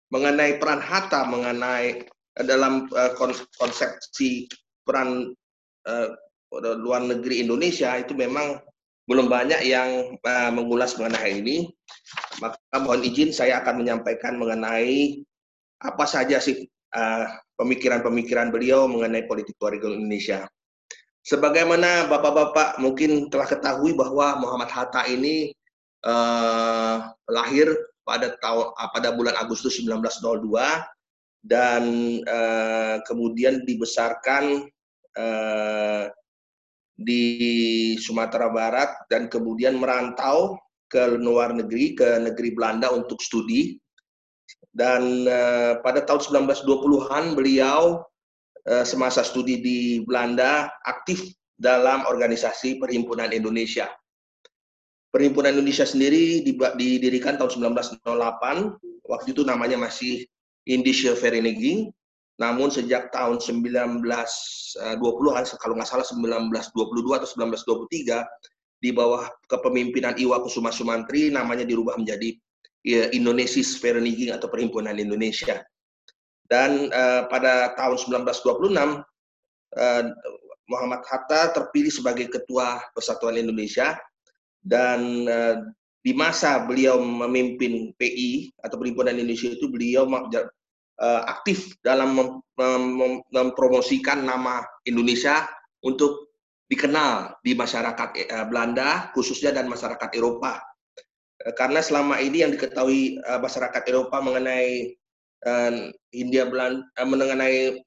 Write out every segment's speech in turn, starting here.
mengenai peran Hatta mengenai dalam konsepsi peran luar negeri Indonesia itu memang belum banyak yang mengulas mengenai hal ini. Maka mohon izin saya akan menyampaikan mengenai apa saja sih pemikiran-pemikiran beliau mengenai politik luar negeri Indonesia. Sebagaimana Bapak-Bapak mungkin telah ketahui bahwa Muhammad Hatta ini lahir pada bulan Agustus 1902 dan kemudian dibesarkan di Sumatera Barat dan kemudian merantau ke luar negeri, ke negeri Belanda untuk studi. Dan pada tahun 1920-an beliau semasa studi di Belanda aktif dalam organisasi Perhimpunan Indonesia. Perhimpunan Indonesia sendiri didirikan tahun 1908, waktu itu namanya masih Indische Vereniging, namun sejak tahun 1920-an, kalau nggak salah 1922 atau 1923, di bawah kepemimpinan Iwa Kusuma Sumantri, namanya dirubah menjadi Indonesisch Vereniging atau Perhimpunan Indonesia. Dan pada tahun 1926, Muhammad Hatta terpilih sebagai Ketua Persatuan Indonesia, dan di masa beliau memimpin PI atau Perhimpunan Indonesia itu beliau aktif dalam mempromosikan nama Indonesia untuk dikenal di masyarakat Belanda khususnya dan masyarakat Eropa. Karena selama ini yang diketahui masyarakat Eropa mengenai Hindia Belanda, mengenai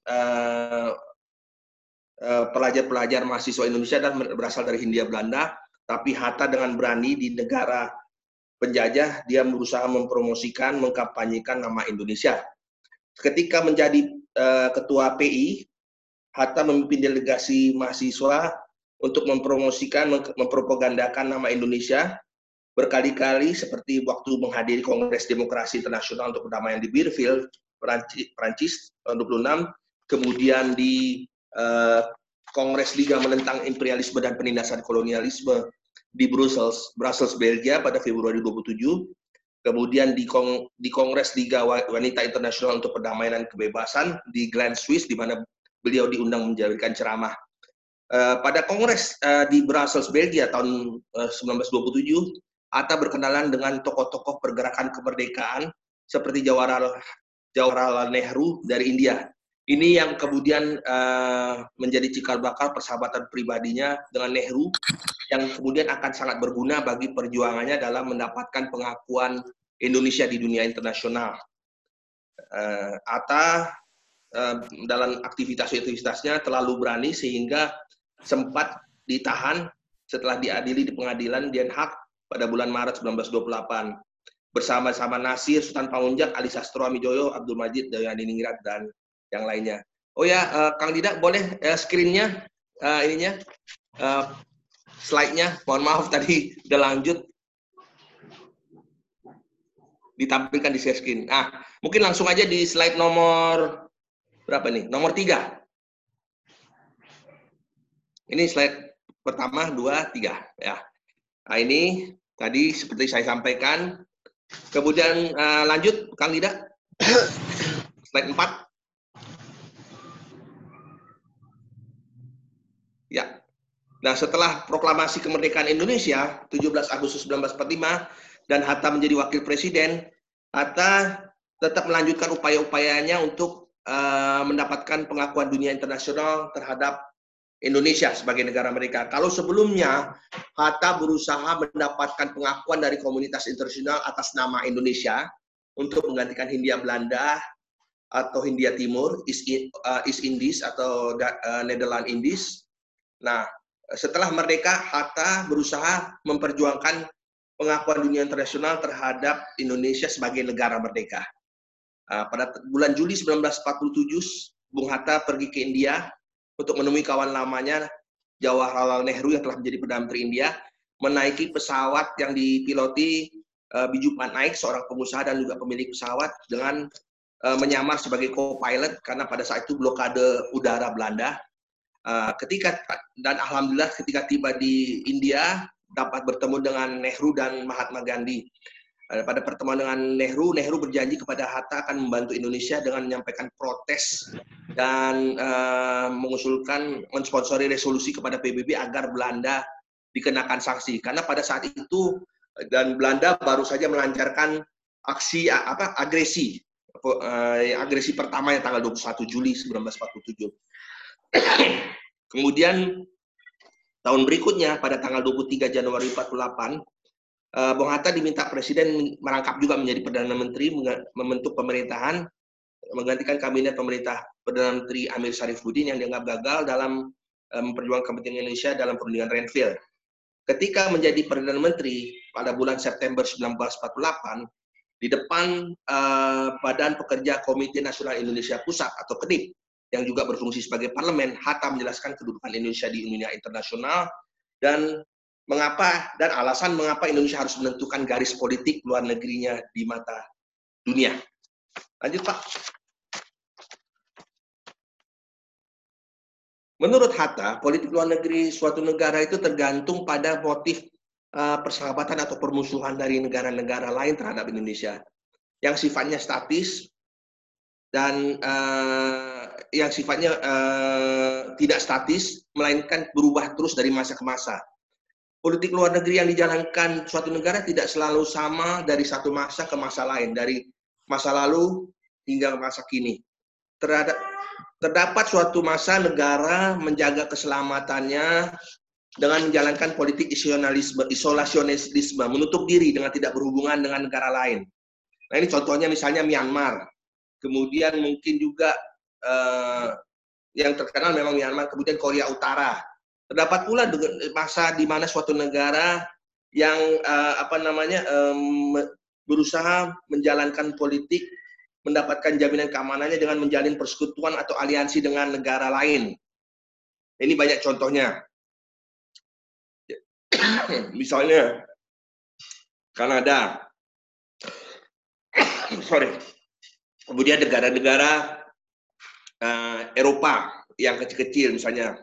pelajar-pelajar mahasiswa Indonesia dan berasal dari Hindia Belanda, tapi Hatta dengan berani di negara penjajah dia berusaha mempromosikan, mengkampanyekan nama Indonesia. Ketika menjadi ketua PI, Hatta memimpin delegasi mahasiswa untuk mempromosikan, mempropagandakan nama Indonesia berkali-kali, seperti waktu menghadiri Kongres Demokrasi Internasional untuk Perdamaian di Bielefeld, Prancis tahun 26, kemudian di Kongres Liga Menentang Imperialisme dan Penindasan Kolonialisme di Brussels, Belgia pada Februari 27, kemudian di Kongres Liga Wanita Internasional untuk Perdamaian dan Kebebasan di Gland, Swiss, di mana beliau diundang menjadikan ceramah. Pada Kongres di Brussels, Belgia tahun 1927, Hatta berkenalan dengan tokoh-tokoh pergerakan kemerdekaan seperti Jawaharlal Nehru dari India. Ini yang kemudian menjadi cikal bakal persahabatan pribadinya dengan Nehru, yang kemudian akan sangat berguna bagi perjuangannya dalam mendapatkan pengakuan Indonesia di dunia internasional. Hatta dalam aktivitasnya terlalu berani sehingga sempat ditahan setelah diadili di pengadilan Den Haag pada bulan Maret 1928 bersama-sama Nasir, Sultan Pamunjak, Ali Sastro Amijoyo, Abdul Majid, Dayadiningrat, dan yang lainnya. Oh ya, Kang Dida, boleh screen-nya, slide-nya. Mohon maaf tadi udah lanjut ditampilkan di share screen. Nah, mungkin langsung aja di slide nomor berapa nih? Nomor 3. Ini slide pertama, 2, 3 ya. Nah, ini tadi seperti saya sampaikan. Kemudian lanjut Kang Dida. Slide 4. Ya. Nah, setelah proklamasi kemerdekaan Indonesia 17 Agustus 1945 dan Hatta menjadi wakil presiden, Hatta tetap melanjutkan upaya-upayanya untuk mendapatkan pengakuan dunia internasional terhadap Indonesia sebagai negara mereka. Kalau sebelumnya Hatta berusaha mendapatkan pengakuan dari komunitas internasional atas nama Indonesia untuk menggantikan Hindia Belanda atau Hindia Timur, East Indies atau Netherlands Indies. Nah, setelah merdeka, Hatta berusaha memperjuangkan pengakuan dunia internasional terhadap Indonesia sebagai negara merdeka. Pada bulan Juli 1947, Bung Hatta pergi ke India untuk menemui kawan lamanya, Jawaharlal Nehru yang telah menjadi Perdana Menteri India, menaiki pesawat yang dipiloti Biju Patnaik, seorang pengusaha dan juga pemilik pesawat, dengan menyamar sebagai co-pilot karena pada saat itu blokade udara Belanda. Dan alhamdulillah ketika tiba di India dapat bertemu dengan Nehru dan Mahatma Gandhi. pada pertemuan dengan Nehru berjanji kepada Hatta akan membantu Indonesia dengan menyampaikan protes dan mengusulkan mensponsori resolusi kepada PBB agar Belanda dikenakan sanksi. Karena pada saat itu dan Belanda baru saja melancarkan aksi agresi pertama yang tanggal 21 Juli 1947. Kemudian tahun berikutnya pada tanggal 23 Januari 48 Bung Hatta diminta Presiden merangkap juga menjadi Perdana Menteri, membentuk pemerintahan, menggantikan kabinet pemerintah Perdana Menteri Amir Syarifuddin yang dianggap gagal dalam memperjuangkan kepentingan Indonesia dalam perundingan Renville. Ketika menjadi Perdana Menteri pada bulan September 1948, di depan Badan Pekerja Komite Nasional Indonesia Pusat atau KEDIP, yang juga berfungsi sebagai parlemen, Hatta menjelaskan kedudukan Indonesia di dunia internasional dan alasan mengapa Indonesia harus menentukan garis politik luar negerinya di mata dunia. Lanjut, Pak. Menurut Hatta, politik luar negeri suatu negara itu tergantung pada motif persahabatan atau permusuhan dari negara-negara lain terhadap Indonesia, yang sifatnya statis dan yang sifatnya tidak statis, melainkan berubah terus dari masa ke masa. Politik luar negeri yang dijalankan suatu negara tidak selalu sama dari satu masa ke masa lain, dari masa lalu hingga masa kini. Terdapat suatu masa negara menjaga keselamatannya dengan menjalankan politik isolasionisme, menutup diri dengan tidak berhubungan dengan negara lain. Nah, ini contohnya misalnya Myanmar. Kemudian mungkin juga yang terkenal memang Myanmar, kemudian Korea Utara. Terdapat pula masa di mana suatu negara yang berusaha menjalankan politik, mendapatkan jaminan keamanannya dengan menjalin persekutuan atau aliansi dengan negara lain. Ini banyak contohnya. Misalnya Kanada. Kemudian negara-negara Eropa yang kecil-kecil misalnya.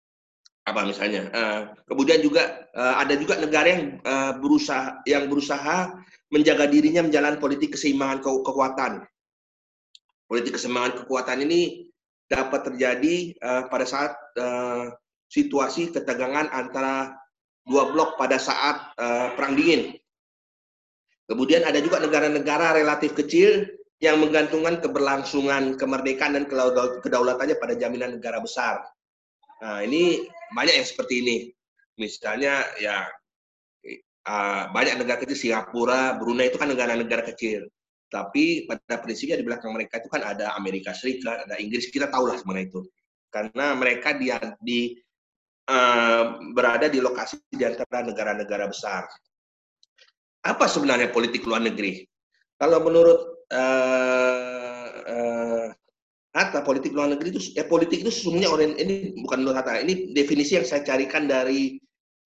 Kemudian juga ada juga negara yang berusaha menjaga dirinya menjalankan politik keseimbangan kekuatan. Politik keseimbangan kekuatan ini dapat terjadi pada saat situasi ketegangan antara dua blok pada saat Perang Dingin. Kemudian ada juga negara-negara relatif kecil yang menggantungkan keberlangsungan kemerdekaan dan kedaulatannya pada jaminan negara besar. Nah, ini banyak yang seperti ini. Misalnya ya banyak negara kecil, Singapura, Brunei itu kan negara-negara kecil. Tapi pada prinsipnya di belakang mereka itu kan ada Amerika Serikat, ada Inggris, kita tahulah sebenarnya itu. Karena mereka berada di lokasi di antara negara-negara besar. Apa sebenarnya politik luar negeri? Kalau menurut Hatta, politik luar negeri itu politik itu sesungguhnya ini bukan menurut Hatta, ini definisi yang saya carikan dari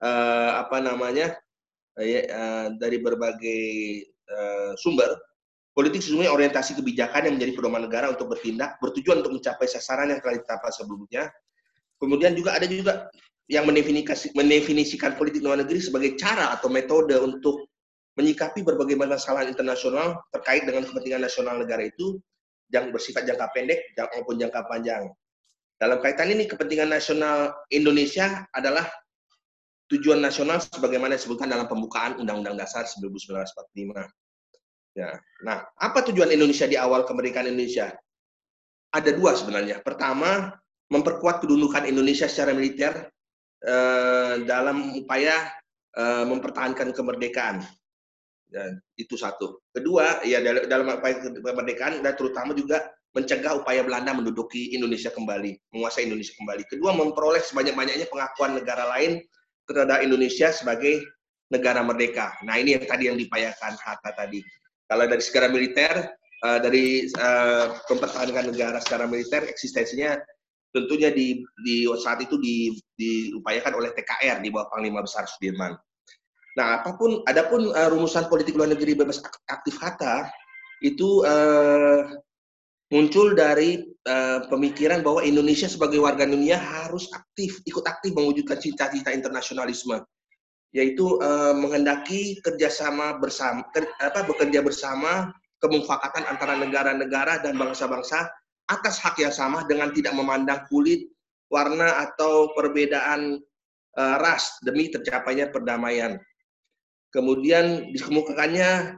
dari berbagai sumber. Politik sesungguhnya orientasi kebijakan yang menjadi pedoman negara untuk bertindak bertujuan untuk mencapai sasaran yang telah ditetapkan sebelumnya. Kemudian juga ada juga yang mendefinisikan politik luar negeri sebagai cara atau metode untuk menyikapi berbagai masalah internasional terkait dengan kepentingan nasional negara itu yang bersifat jangka pendek maupun jangka panjang. Dalam kaitan ini, kepentingan nasional Indonesia adalah tujuan nasional sebagaimana disebutkan dalam pembukaan Undang-Undang Dasar 1945. Ya. Nah, apa tujuan Indonesia di awal kemerdekaan Indonesia? Ada dua sebenarnya. Pertama, memperkuat kedudukan Indonesia secara militer dalam upaya mempertahankan kemerdekaan. Dan itu satu. Kedua, ya dalam upaya kemerdekaan dan terutama juga mencegah upaya Belanda menduduki Indonesia kembali, menguasai Indonesia kembali. Kedua, memperoleh sebanyak-banyaknya pengakuan negara lain terhadap Indonesia sebagai negara merdeka. Nah, ini yang tadi yang diupayakan Hatta tadi. Kalau dari secara militer, dari mempertahankan negara secara militer, eksistensinya tentunya di saat itu diupayakan oleh TKR di bawah Panglima Besar Sudirman. Nah, adapun rumusan politik luar negeri bebas aktif Hatta itu muncul dari pemikiran bahwa Indonesia sebagai warga dunia harus ikut aktif mewujudkan cita-cita internasionalisme. yaitu menghendaki kerjasama bersama, bekerja bersama, kemufakatan antara negara-negara dan bangsa-bangsa atas hak yang sama dengan tidak memandang kulit, warna, atau perbedaan ras demi tercapainya perdamaian. Kemudian dikemukakannya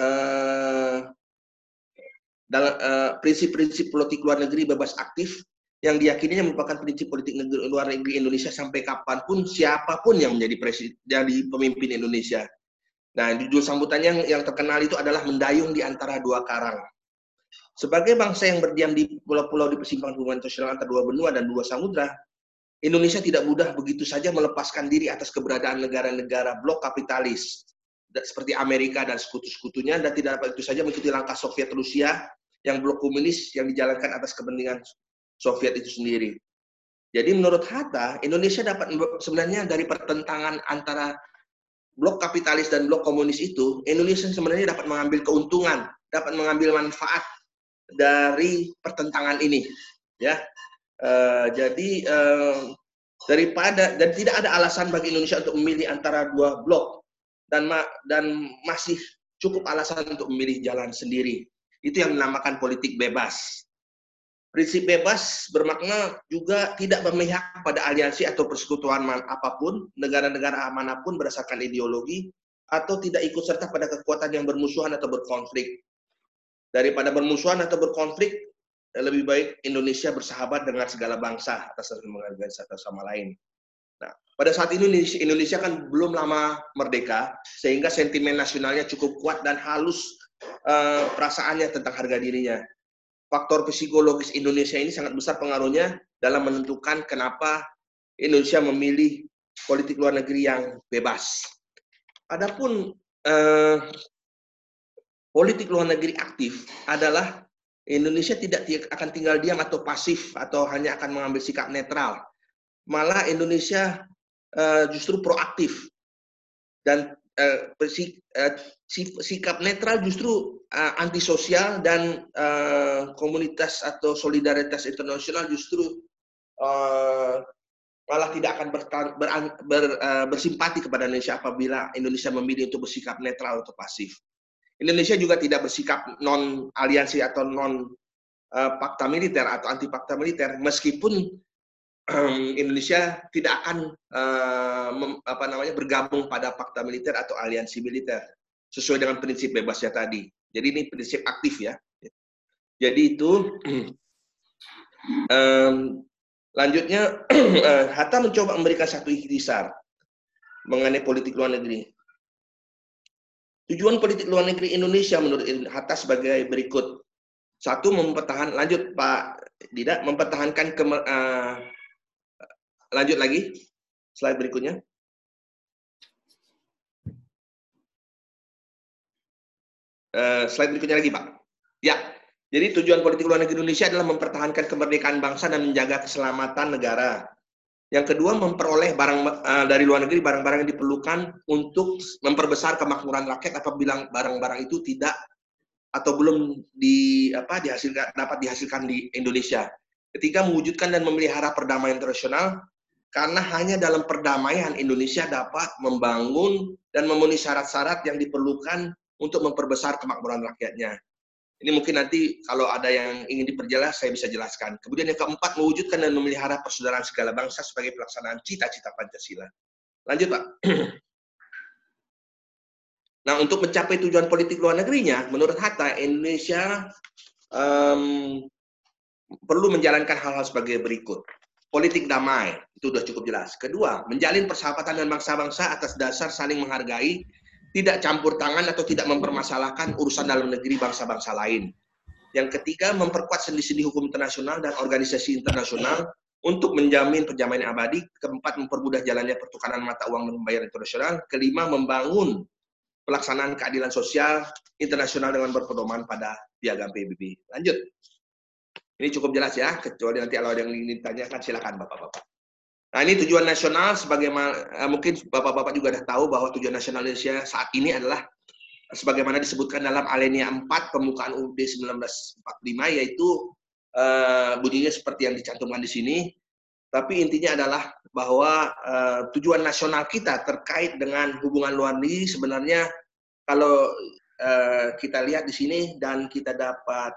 dalam prinsip-prinsip politik luar negeri bebas aktif yang diyakininya merupakan prinsip politik luar negeri Indonesia sampai kapanpun siapapun yang menjadi jadi pemimpin Indonesia. Nah, judul sambutannya yang terkenal itu adalah mendayung di antara dua karang. Sebagai bangsa yang berdiam di pulau-pulau di persimpangan hubungan internasional antara dua benua dan dua samudra, Indonesia tidak mudah begitu saja melepaskan diri atas keberadaan negara-negara blok kapitalis seperti Amerika dan sekutu-sekutunya, dan tidak dapat itu saja mengikuti langkah Soviet Rusia yang blok komunis yang dijalankan atas kepentingan Soviet itu sendiri. Jadi menurut Hatta, Indonesia dapat sebenarnya dari pertentangan antara blok kapitalis dan blok komunis itu, Indonesia sebenarnya dapat mengambil keuntungan, dapat mengambil manfaat dari pertentangan ini, ya. Jadi daripada dan tidak ada alasan bagi Indonesia untuk memilih antara dua blok dan masih cukup alasan untuk memilih jalan sendiri. Itu yang dinamakan politik bebas. Prinsip bebas bermakna juga tidak memihak pada aliansi atau persekutuan apapun, negara-negara manapun berdasarkan ideologi, atau tidak ikut serta pada kekuatan yang bermusuhan atau berkonflik. Daripada bermusuhan atau berkonflik, lebih baik Indonesia bersahabat dengan segala bangsa atas menghargai satu sama lain. Nah, pada saat ini Indonesia kan belum lama merdeka, sehingga sentimen nasionalnya cukup kuat dan halus perasaannya tentang harga dirinya. Faktor psikologis Indonesia ini sangat besar pengaruhnya dalam menentukan kenapa Indonesia memilih politik luar negeri yang bebas. Adapun politik luar negeri aktif adalah Indonesia tidak akan tinggal diam atau pasif atau hanya akan mengambil sikap netral. Malah Indonesia justru proaktif dan sikap netral justru antisosial dan komunitas atau solidaritas internasional justru malah tidak akan bersimpati kepada Indonesia apabila Indonesia memilih untuk bersikap netral atau pasif. Indonesia juga tidak bersikap non aliansi atau non fakta militer atau anti fakta militer, meskipun Indonesia tidak akan bergabung pada fakta militer atau aliansi militer sesuai dengan prinsip bebasnya tadi. Jadi ini prinsip aktif ya. Jadi itu lanjutnya Hatta mencoba memberikan satu ikhtisar mengenai politik luar negeri. Tujuan politik luar negeri Indonesia menurut Hatta sebagai berikut. Satu, lanjut Pak Dida, mempertahankan lanjut lagi, slide berikutnya. Slide berikutnya lagi, Pak. Ya, jadi tujuan politik luar negeri Indonesia adalah mempertahankan kemerdekaan bangsa dan menjaga keselamatan negara. Yang kedua, memperoleh dari luar negeri barang-barang yang diperlukan untuk memperbesar kemakmuran rakyat apabila barang-barang itu tidak atau belum dapat dihasilkan di Indonesia. Ketiga, mewujudkan dan memelihara perdamaian internasional, karena hanya dalam perdamaian Indonesia dapat membangun dan memenuhi syarat-syarat yang diperlukan untuk memperbesar kemakmuran rakyatnya. Ini mungkin nanti kalau ada yang ingin diperjelas, saya bisa jelaskan. Kemudian yang keempat, mewujudkan dan memelihara persaudaraan segala bangsa sebagai pelaksanaan cita-cita Pancasila. Lanjut, Pak. Nah, untuk mencapai tujuan politik luar negerinya, menurut Hatta, Indonesia perlu menjalankan hal-hal sebagai berikut. Politik damai, itu sudah cukup jelas. Kedua, menjalin persahabatan dengan bangsa-bangsa atas dasar saling menghargai, tidak campur tangan atau tidak mempermasalahkan urusan dalam negeri bangsa-bangsa lain. Yang ketiga, memperkuat sendi-sendi hukum internasional dan organisasi internasional untuk menjamin perdamaian abadi. Keempat, mempermudah jalannya pertukaran mata uang dan pembayaran internasional. Kelima, membangun pelaksanaan keadilan sosial internasional dengan berpedoman pada piagam PBB. Lanjut. Ini cukup jelas ya, kecuali nanti kalau ada yang ingin ditanyakan silakan Bapak-Bapak. Nah, ini tujuan nasional, sebagaimana mungkin Bapak-Bapak juga sudah tahu bahwa tujuan nasional Indonesia saat ini adalah sebagaimana disebutkan dalam alinea 4 pembukaan UUD 1945, yaitu bunyinya seperti yang dicantumkan di sini, Tapi intinya adalah bahwa tujuan nasional kita terkait dengan hubungan luar negeri sebenarnya kalau kita lihat di sini dan kita dapat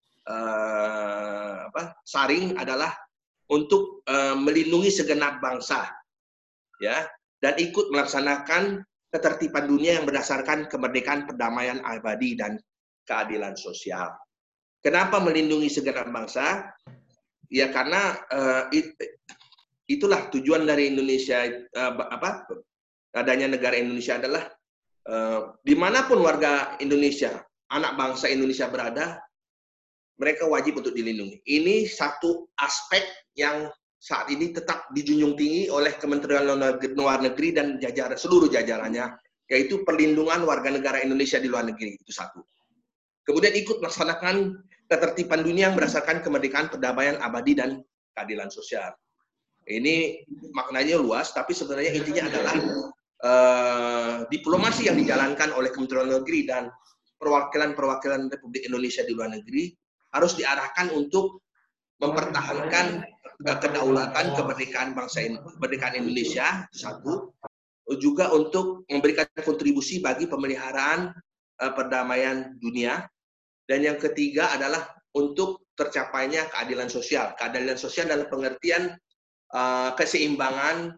saring adalah untuk melindungi segenap bangsa, ya, dan ikut melaksanakan ketertiban dunia yang berdasarkan kemerdekaan, perdamaian abadi, dan keadilan sosial. Kenapa melindungi segenap bangsa? Ya karena itulah tujuan dari Indonesia, adanya negara Indonesia adalah dimanapun warga Indonesia, anak bangsa Indonesia berada, mereka wajib untuk dilindungi. Ini satu aspek yang saat ini tetap dijunjung tinggi oleh Kementerian Luar Negeri dan seluruh jajarannya, yaitu perlindungan warga negara Indonesia di luar negeri, itu satu. Kemudian ikut melaksanakan ketertiban dunia yang berdasarkan kemerdekaan, perdamaian abadi, dan keadilan sosial. Ini maknanya luas, tapi sebenarnya intinya adalah diplomasi yang dijalankan oleh Kementerian Luar Negeri dan perwakilan-perwakilan Republik Indonesia di luar negeri harus diarahkan untuk mempertahankan kedaulatan, kemerdekaan kemerdekaan Indonesia, satu, juga untuk memberikan kontribusi bagi pemeliharaan perdamaian dunia, dan yang ketiga adalah untuk tercapainya keadilan sosial. Keadilan sosial dalam pengertian keseimbangan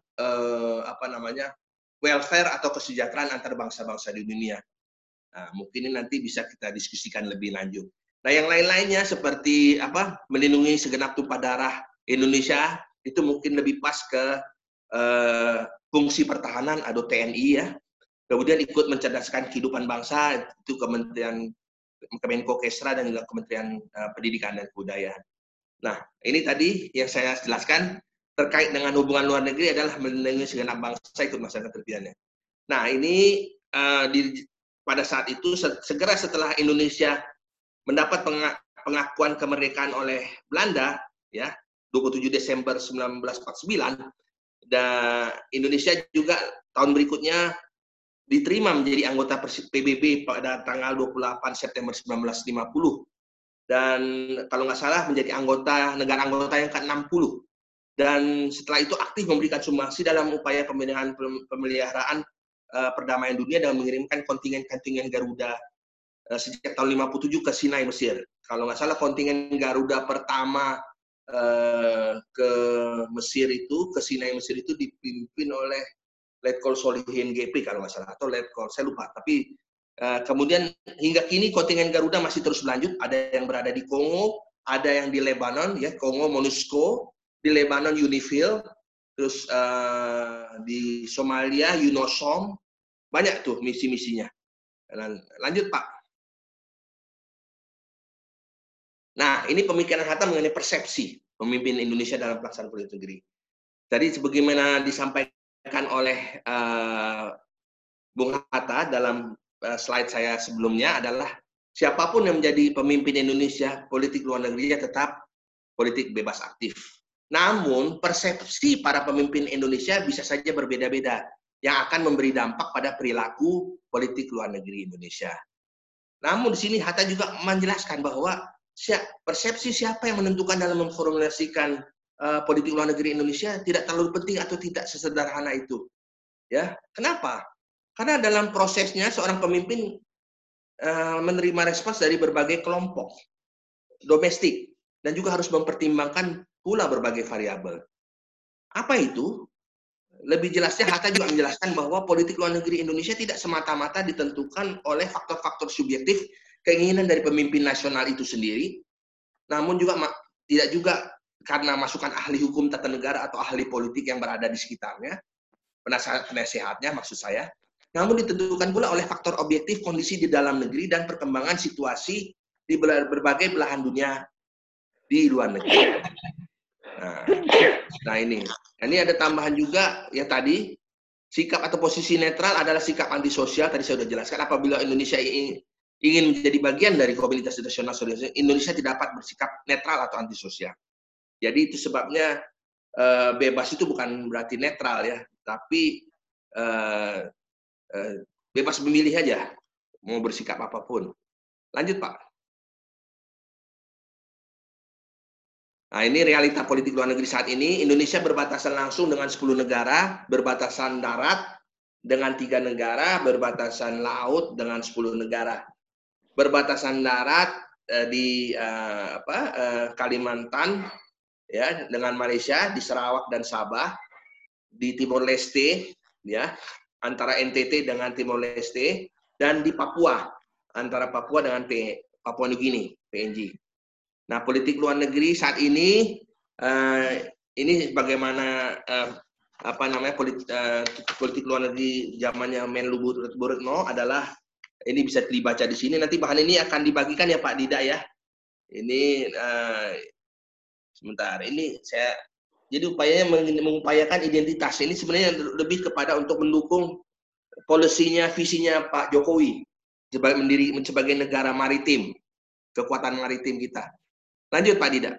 welfare atau kesejahteraan antar bangsa-bangsa di dunia. Nah, mungkin ini nanti bisa kita diskusikan lebih lanjut. Nah, yang lain-lainnya seperti melindungi segenap tumpah darah Indonesia itu mungkin lebih pas ke fungsi pertahanan atau TNI, ya. Kemudian ikut mencerdaskan kehidupan bangsa itu Kemenko Kesra dan juga Kementerian Pendidikan dan Kebudayaan. Nah, ini tadi yang saya jelaskan terkait dengan hubungan luar negeri adalah melindungi segenap bangsa ikut masyarakat terpidana. Nah, ini pada saat itu segera setelah Indonesia mendapat pengakuan kemerdekaan oleh Belanda, ya, 27 Desember 1949, dan Indonesia juga tahun berikutnya diterima menjadi anggota PBB pada tanggal 28 September 1950. Dan kalau nggak salah menjadi negara anggota yang ke-60. Dan setelah itu aktif memberikan sumbangsi dalam upaya pemeliharaan perdamaian dunia dengan mengirimkan kontingen-kontingen Garuda sejak tahun 57 ke Sinai, Mesir. Kalau nggak salah kontingen Garuda pertama ke Mesir itu, ke Sinai, Mesir itu dipimpin oleh Letkol Solihin GP kalau nggak salah, atau Letkol, saya lupa. Tapi kemudian hingga kini kontingen Garuda masih terus berlanjut. Ada yang berada di Kongo, ada yang di Lebanon, ya, Kongo MONUSCO, di Lebanon UNIFIL, terus di Somalia UNOSOM, banyak tuh misi-misinya. Lanjut Pak. Nah, ini pemikiran Hatta mengenai persepsi pemimpin Indonesia dalam pelaksanaan politik negeri. Tadi sebagaimana disampaikan oleh Bung Hatta dalam slide saya sebelumnya adalah siapapun yang menjadi pemimpin Indonesia, politik luar negerinya tetap politik bebas aktif. Namun persepsi para pemimpin Indonesia bisa saja berbeda-beda yang akan memberi dampak pada perilaku politik luar negeri Indonesia. Namun di sini Hatta juga menjelaskan bahwa persepsi siapa yang menentukan dalam memformulasikan politik luar negeri Indonesia tidak terlalu penting atau tidak sesederhana itu. Ya, kenapa? Karena dalam prosesnya seorang pemimpin menerima respons dari berbagai kelompok domestik dan juga harus mempertimbangkan pula berbagai variabel. Apa itu? Lebih jelasnya Hatta juga menjelaskan bahwa politik luar negeri Indonesia tidak semata-mata ditentukan oleh faktor-faktor subjektif keinginan dari pemimpin nasional itu sendiri, namun juga tidak juga karena masukan ahli hukum tata negara atau ahli politik yang berada di sekitarnya, penasehatnya maksud saya, namun ditentukan pula oleh faktor objektif kondisi di dalam negeri dan perkembangan situasi di berbagai belahan dunia di luar negeri. Nah ini ada tambahan juga ya tadi, sikap atau posisi netral adalah sikap antisosial, tadi saya sudah jelaskan. Apabila Indonesia ingin menjadi bagian dari komunitas internasional, Indonesia tidak dapat bersikap netral atau antisosial. Jadi itu sebabnya bebas itu bukan berarti netral ya, tapi bebas memilih aja mau bersikap apapun. Lanjut Pak. Nah, ini realita politik luar negeri saat ini. Indonesia berbatasan langsung dengan 10 negara, berbatasan darat dengan 3 negara, berbatasan laut dengan 10 negara. Berbatasan darat di Kalimantan ya dengan Malaysia di Sarawak dan Sabah, di Timor Leste ya antara NTT dengan Timor Leste, dan di Papua antara Papua dengan Papua Nugini PNG. Nah, politik luar negeri saat ini bagaimana politik luar negeri zamannya Menlu Bu Retno adalah ini bisa dibaca di sini. Nanti bahan ini akan dibagikan ya Pak Dida ya. Ini sebentar. Ini saya jadi upayanya mengupayakan identitas. Ini sebenarnya lebih kepada untuk mendukung polisinya, visinya Pak Jokowi sebagai negara maritim, kekuatan maritim kita. Lanjut Pak Dida.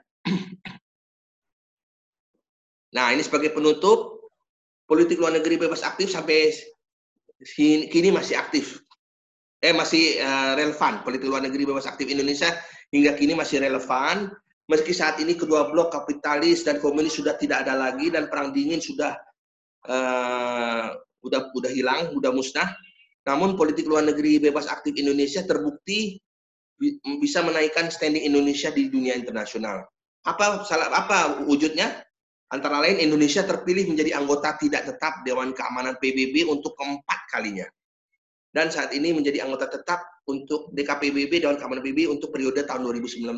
Nah, ini sebagai penutup, politik luar negeri bebas aktif sampai kini masih aktif. Masih relevan. Politik luar negeri bebas aktif Indonesia hingga kini masih relevan. Meski saat ini kedua blok kapitalis dan komunis sudah tidak ada lagi dan perang dingin sudah hilang, sudah musnah. Namun politik luar negeri bebas aktif Indonesia terbukti bisa menaikkan standing Indonesia di dunia internasional. Apa wujudnya? Antara lain Indonesia terpilih menjadi anggota tidak tetap Dewan Keamanan PBB untuk keempat kalinya. Dan saat ini menjadi anggota tetap untuk DKPBB, Dewan Keamanan PBB untuk periode tahun 2019-2020.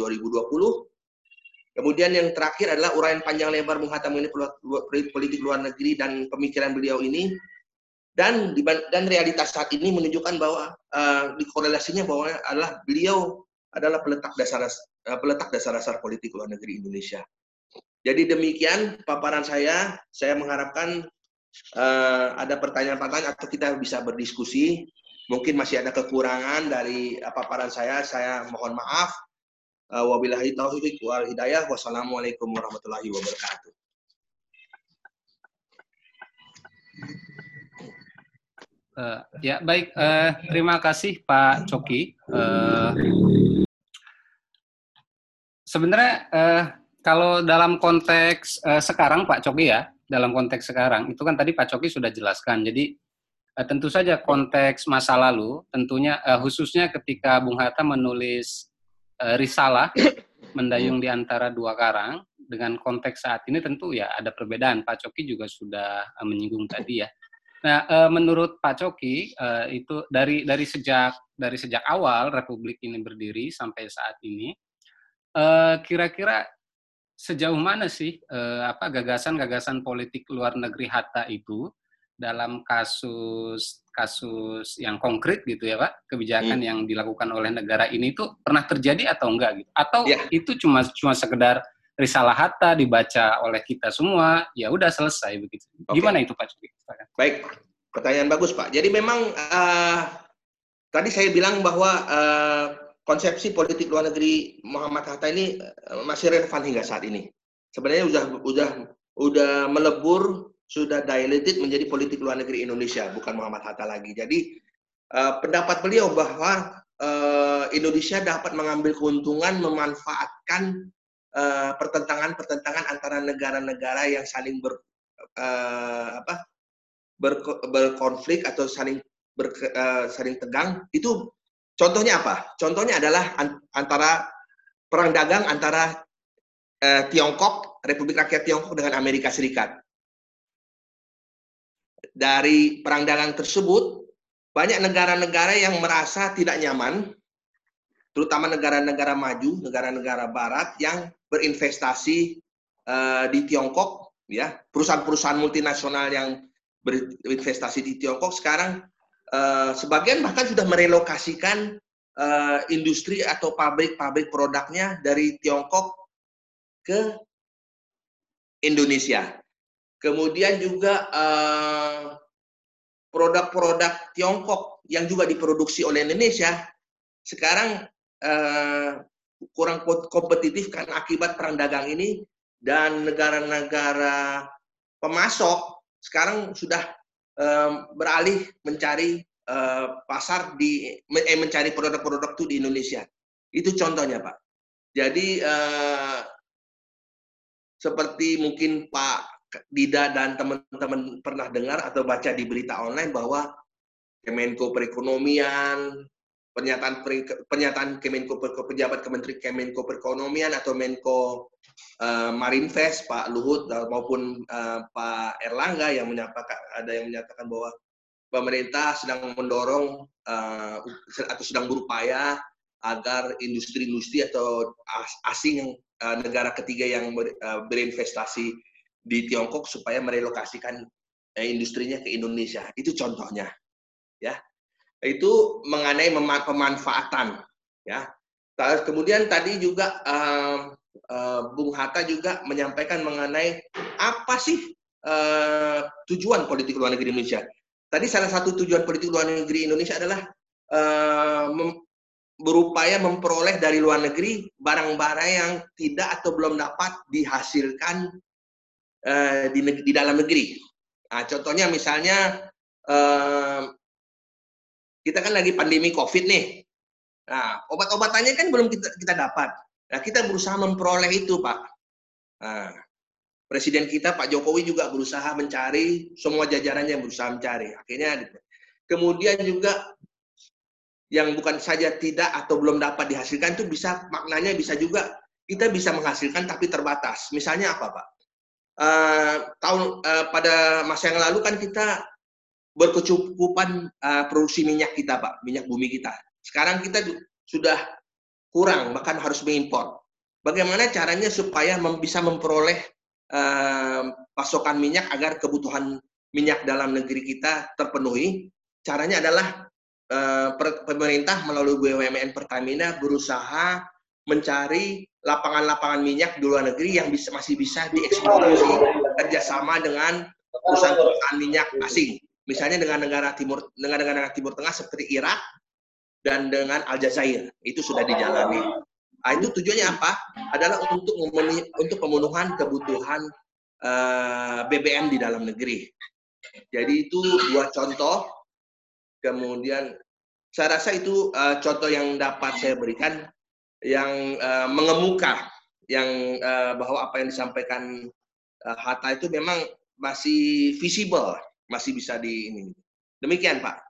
Kemudian yang terakhir adalah uraian panjang lebar Bung Hatta mengenai politik luar negeri dan pemikiran beliau ini. Dan realitas saat ini menunjukkan bahwa dikorelasinya bahwa adalah beliau adalah peletak dasar politik luar negeri Indonesia. Jadi demikian paparan saya. Saya mengharapkan ada pertanyaan-pertanyaan atau kita bisa berdiskusi. Mungkin masih ada kekurangan dari paparan saya mohon maaf. Wabillahi taufiq wal hidayah. Wassalamualaikum warahmatullahi wabarakatuh. Ya baik, terima kasih Pak Coki. Sebenarnya kalau dalam konteks sekarang Pak Coki ya, dalam konteks sekarang itu kan tadi Pak Coki sudah jelaskan. Jadi tentu saja konteks masa lalu, tentunya khususnya ketika Bung Hatta menulis risalah mendayung di antara dua karang, dengan konteks saat ini tentu ya ada perbedaan. Pak Coki juga sudah menyinggung tadi ya. Nah, menurut Pak Coki itu dari sejak awal Republik ini berdiri sampai saat ini, kira-kira sejauh mana sih gagasan-gagasan politik luar negeri Hatta itu dalam kasus yang konkret gitu ya Pak, kebijakan yang dilakukan oleh negara ini itu pernah terjadi atau enggak gitu? Atau itu cuma sekedar risalah Hatta dibaca oleh kita semua, ya udah selesai begitu. Gimana itu Pak Coki? Baik, pertanyaan bagus Pak. Jadi memang tadi saya bilang bahwa konsepsi politik luar negeri Muhammad Hatta ini masih relevan hingga saat ini. Sebenarnya udah melebur, sudah diluted menjadi politik luar negeri Indonesia, bukan Muhammad Hatta lagi. Jadi pendapat beliau bahwa Indonesia dapat mengambil keuntungan memanfaatkan pertentangan antara negara-negara yang saling berkonflik atau saling tegang. Itu contohnya apa? Contohnya adalah antara perang dagang antara Tiongkok, Republik Rakyat Tiongkok dengan Amerika Serikat. Dari perang dagang tersebut, banyak negara-negara yang merasa tidak nyaman, terutama negara-negara maju, negara-negara barat yang berinvestasi di Tiongkok, ya, perusahaan-perusahaan multinasional yang berinvestasi di Tiongkok sekarang sebagian bahkan sudah merelokasikan industri atau pabrik produknya dari Tiongkok ke Indonesia. Kemudian juga produk-produk Tiongkok yang juga diproduksi oleh Indonesia sekarang kurang kompetitif karena akibat perang dagang ini, dan negara-negara pemasok sekarang sudah beralih mencari pasar mencari produk-produk itu di Indonesia. Itu contohnya Pak. Jadi seperti mungkin Pak Dida dan teman-teman pernah dengar atau baca di berita online bahwa Kemenko Perekonomian, pernyataan Kemenko pejabat Kementerian Kemenko Perekonomian atau Menko Marinvest Pak Luhut maupun Pak Erlangga yang menyatakan bahwa pemerintah sedang mendorong atau sedang berupaya agar industri-industri atau asing negara ketiga yang berinvestasi di Tiongkok supaya merelokasikan industrinya ke Indonesia. Itu contohnya, ya. Itu mengenai pemanfaatan, ya. Kemudian tadi juga Bung Hatta juga menyampaikan mengenai apa sih tujuan politik luar negeri Indonesia. Tadi salah satu tujuan politik luar negeri Indonesia adalah berupaya memperoleh dari luar negeri barang-barang yang tidak atau belum dapat dihasilkan di dalam negeri. Nah, contohnya misalnya kita kan lagi pandemi COVID nih. Nah, obat-obatannya kan belum kita dapat. Nah, kita berusaha memperoleh itu, Pak. Nah, Presiden kita Pak Jokowi juga berusaha mencari, semua jajarannya berusaha mencari. Akhirnya, kemudian juga yang bukan saja tidak atau belum dapat dihasilkan itu bisa maknanya bisa juga kita bisa menghasilkan tapi terbatas. Misalnya apa, Pak? Pada masa yang lalu kan kita berkecukupan produksi minyak kita, Pak, minyak bumi kita. Sekarang kita sudah kurang, bahkan harus mengimpor. Bagaimana caranya supaya bisa memperoleh pasokan minyak agar kebutuhan minyak dalam negeri kita terpenuhi? Caranya adalah pemerintah melalui BUMN Pertamina berusaha mencari lapangan-lapangan minyak di luar negeri yang masih bisa dieksploitasi kerjasama dengan perusahaan-perusahaan minyak asing. Misalnya dengan negara Timur Tengah seperti Irak dan dengan Aljazair. Itu sudah dijalani. Nah, itu tujuannya apa? Adalah untuk pemenuhan kebutuhan BBM di dalam negeri. Jadi itu dua contoh. Kemudian saya rasa itu contoh yang dapat saya berikan yang mengemuka yang bahwa apa yang disampaikan Hatta itu memang masih visible, masih bisa ini. Demikian, Pak.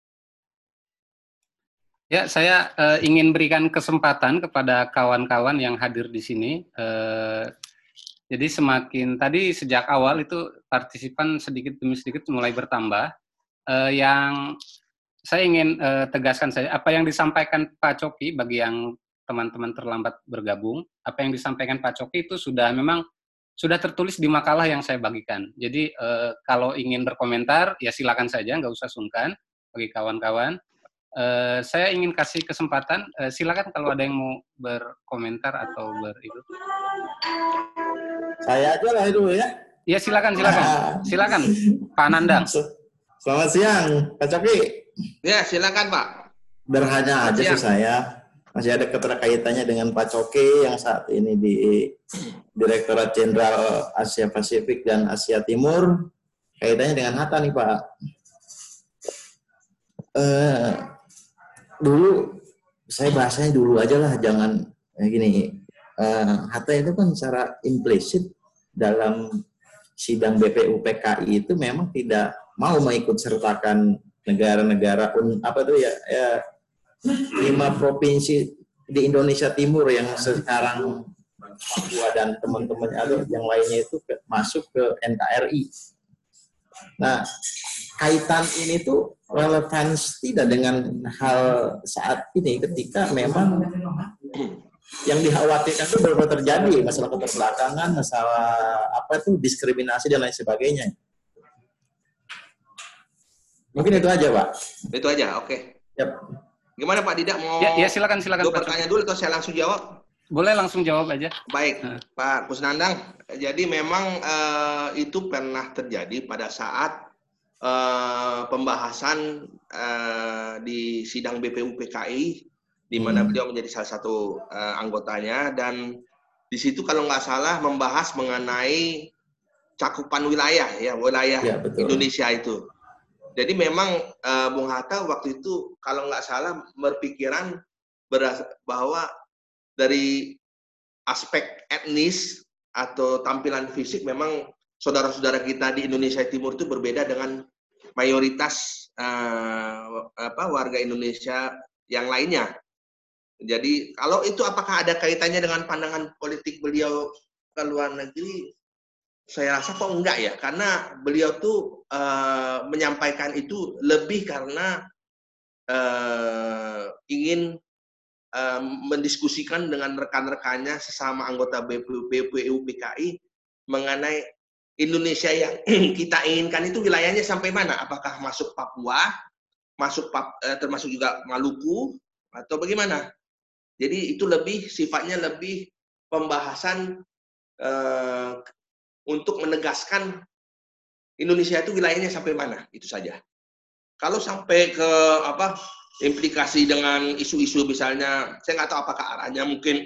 Ya, saya ingin berikan kesempatan kepada kawan-kawan yang hadir di sini. Jadi tadi sejak awal itu partisipan sedikit demi sedikit mulai bertambah. Yang saya ingin tegaskan saja, apa yang disampaikan Pak Coki bagi yang teman-teman terlambat bergabung, apa yang disampaikan Pak Coki itu memang sudah tertulis di makalah yang saya bagikan. Jadi kalau ingin berkomentar, ya silakan saja, nggak usah sungkan bagi kawan-kawan. Saya ingin kasih kesempatan, silakan kalau ada yang mau berkomentar atau itu. Saya aja lah dulu ya. Ya silakan. Silakan, Pak Nandang. Selamat siang, Pak Coki. Ya, silakan, Pak. Berhanya aja sih saya. Masih ada keterkaitannya dengan Pak Coki yang saat ini di Direktorat Jenderal Asia Pasifik dan Asia Timur. Kaitannya dengan Hatta nih, Pak. Dulu, saya bahasanya dulu aja lah, jangan gini. Hatta itu kan secara implisit dalam sidang BPUPKI itu memang tidak mau mengikut sertakan negara-negara 5 provinsi di Indonesia Timur yang sekarang Papua dan teman-temannya atau yang lainnya itu masuk ke NKRI. Nah, kaitan ini tuh relevan tidak dengan hal saat ini ketika memang yang dikhawatirkan itu baru terjadi, masalah keterbelakangan, masalah diskriminasi dan lain sebagainya. Mungkin itu aja, Pak. Itu aja, oke. Yep. Gimana Pak Dida, mau ya silakan Gue bertanya dulu atau saya langsung jawab? Boleh langsung jawab aja. Baik, Pak Kusnandang. Jadi memang itu pernah terjadi pada saat pembahasan di sidang BPUPKI, di mana beliau menjadi salah satu anggotanya, dan di situ kalau nggak salah membahas mengenai cakupan wilayah ya Indonesia itu. Jadi memang Bung Hatta waktu itu kalau nggak salah berpikiran bahwa dari aspek etnis atau tampilan fisik memang saudara-saudara kita di Indonesia Timur itu berbeda dengan mayoritas warga Indonesia yang lainnya. Jadi kalau itu apakah ada kaitannya dengan pandangan politik beliau ke luar negeri? Saya rasa kok enggak ya, karena beliau tuh menyampaikan itu lebih karena ingin mendiskusikan dengan rekan-rekannya sesama anggota BPU PKI mengenai Indonesia yang kita inginkan itu wilayahnya sampai mana? Apakah masuk Papua, termasuk juga Maluku, atau bagaimana? Jadi itu lebih sifatnya lebih pembahasan untuk menegaskan Indonesia itu wilayahnya sampai mana, itu saja. Kalau sampai ke implikasi dengan isu-isu misalnya, saya nggak tahu apakah arahnya mungkin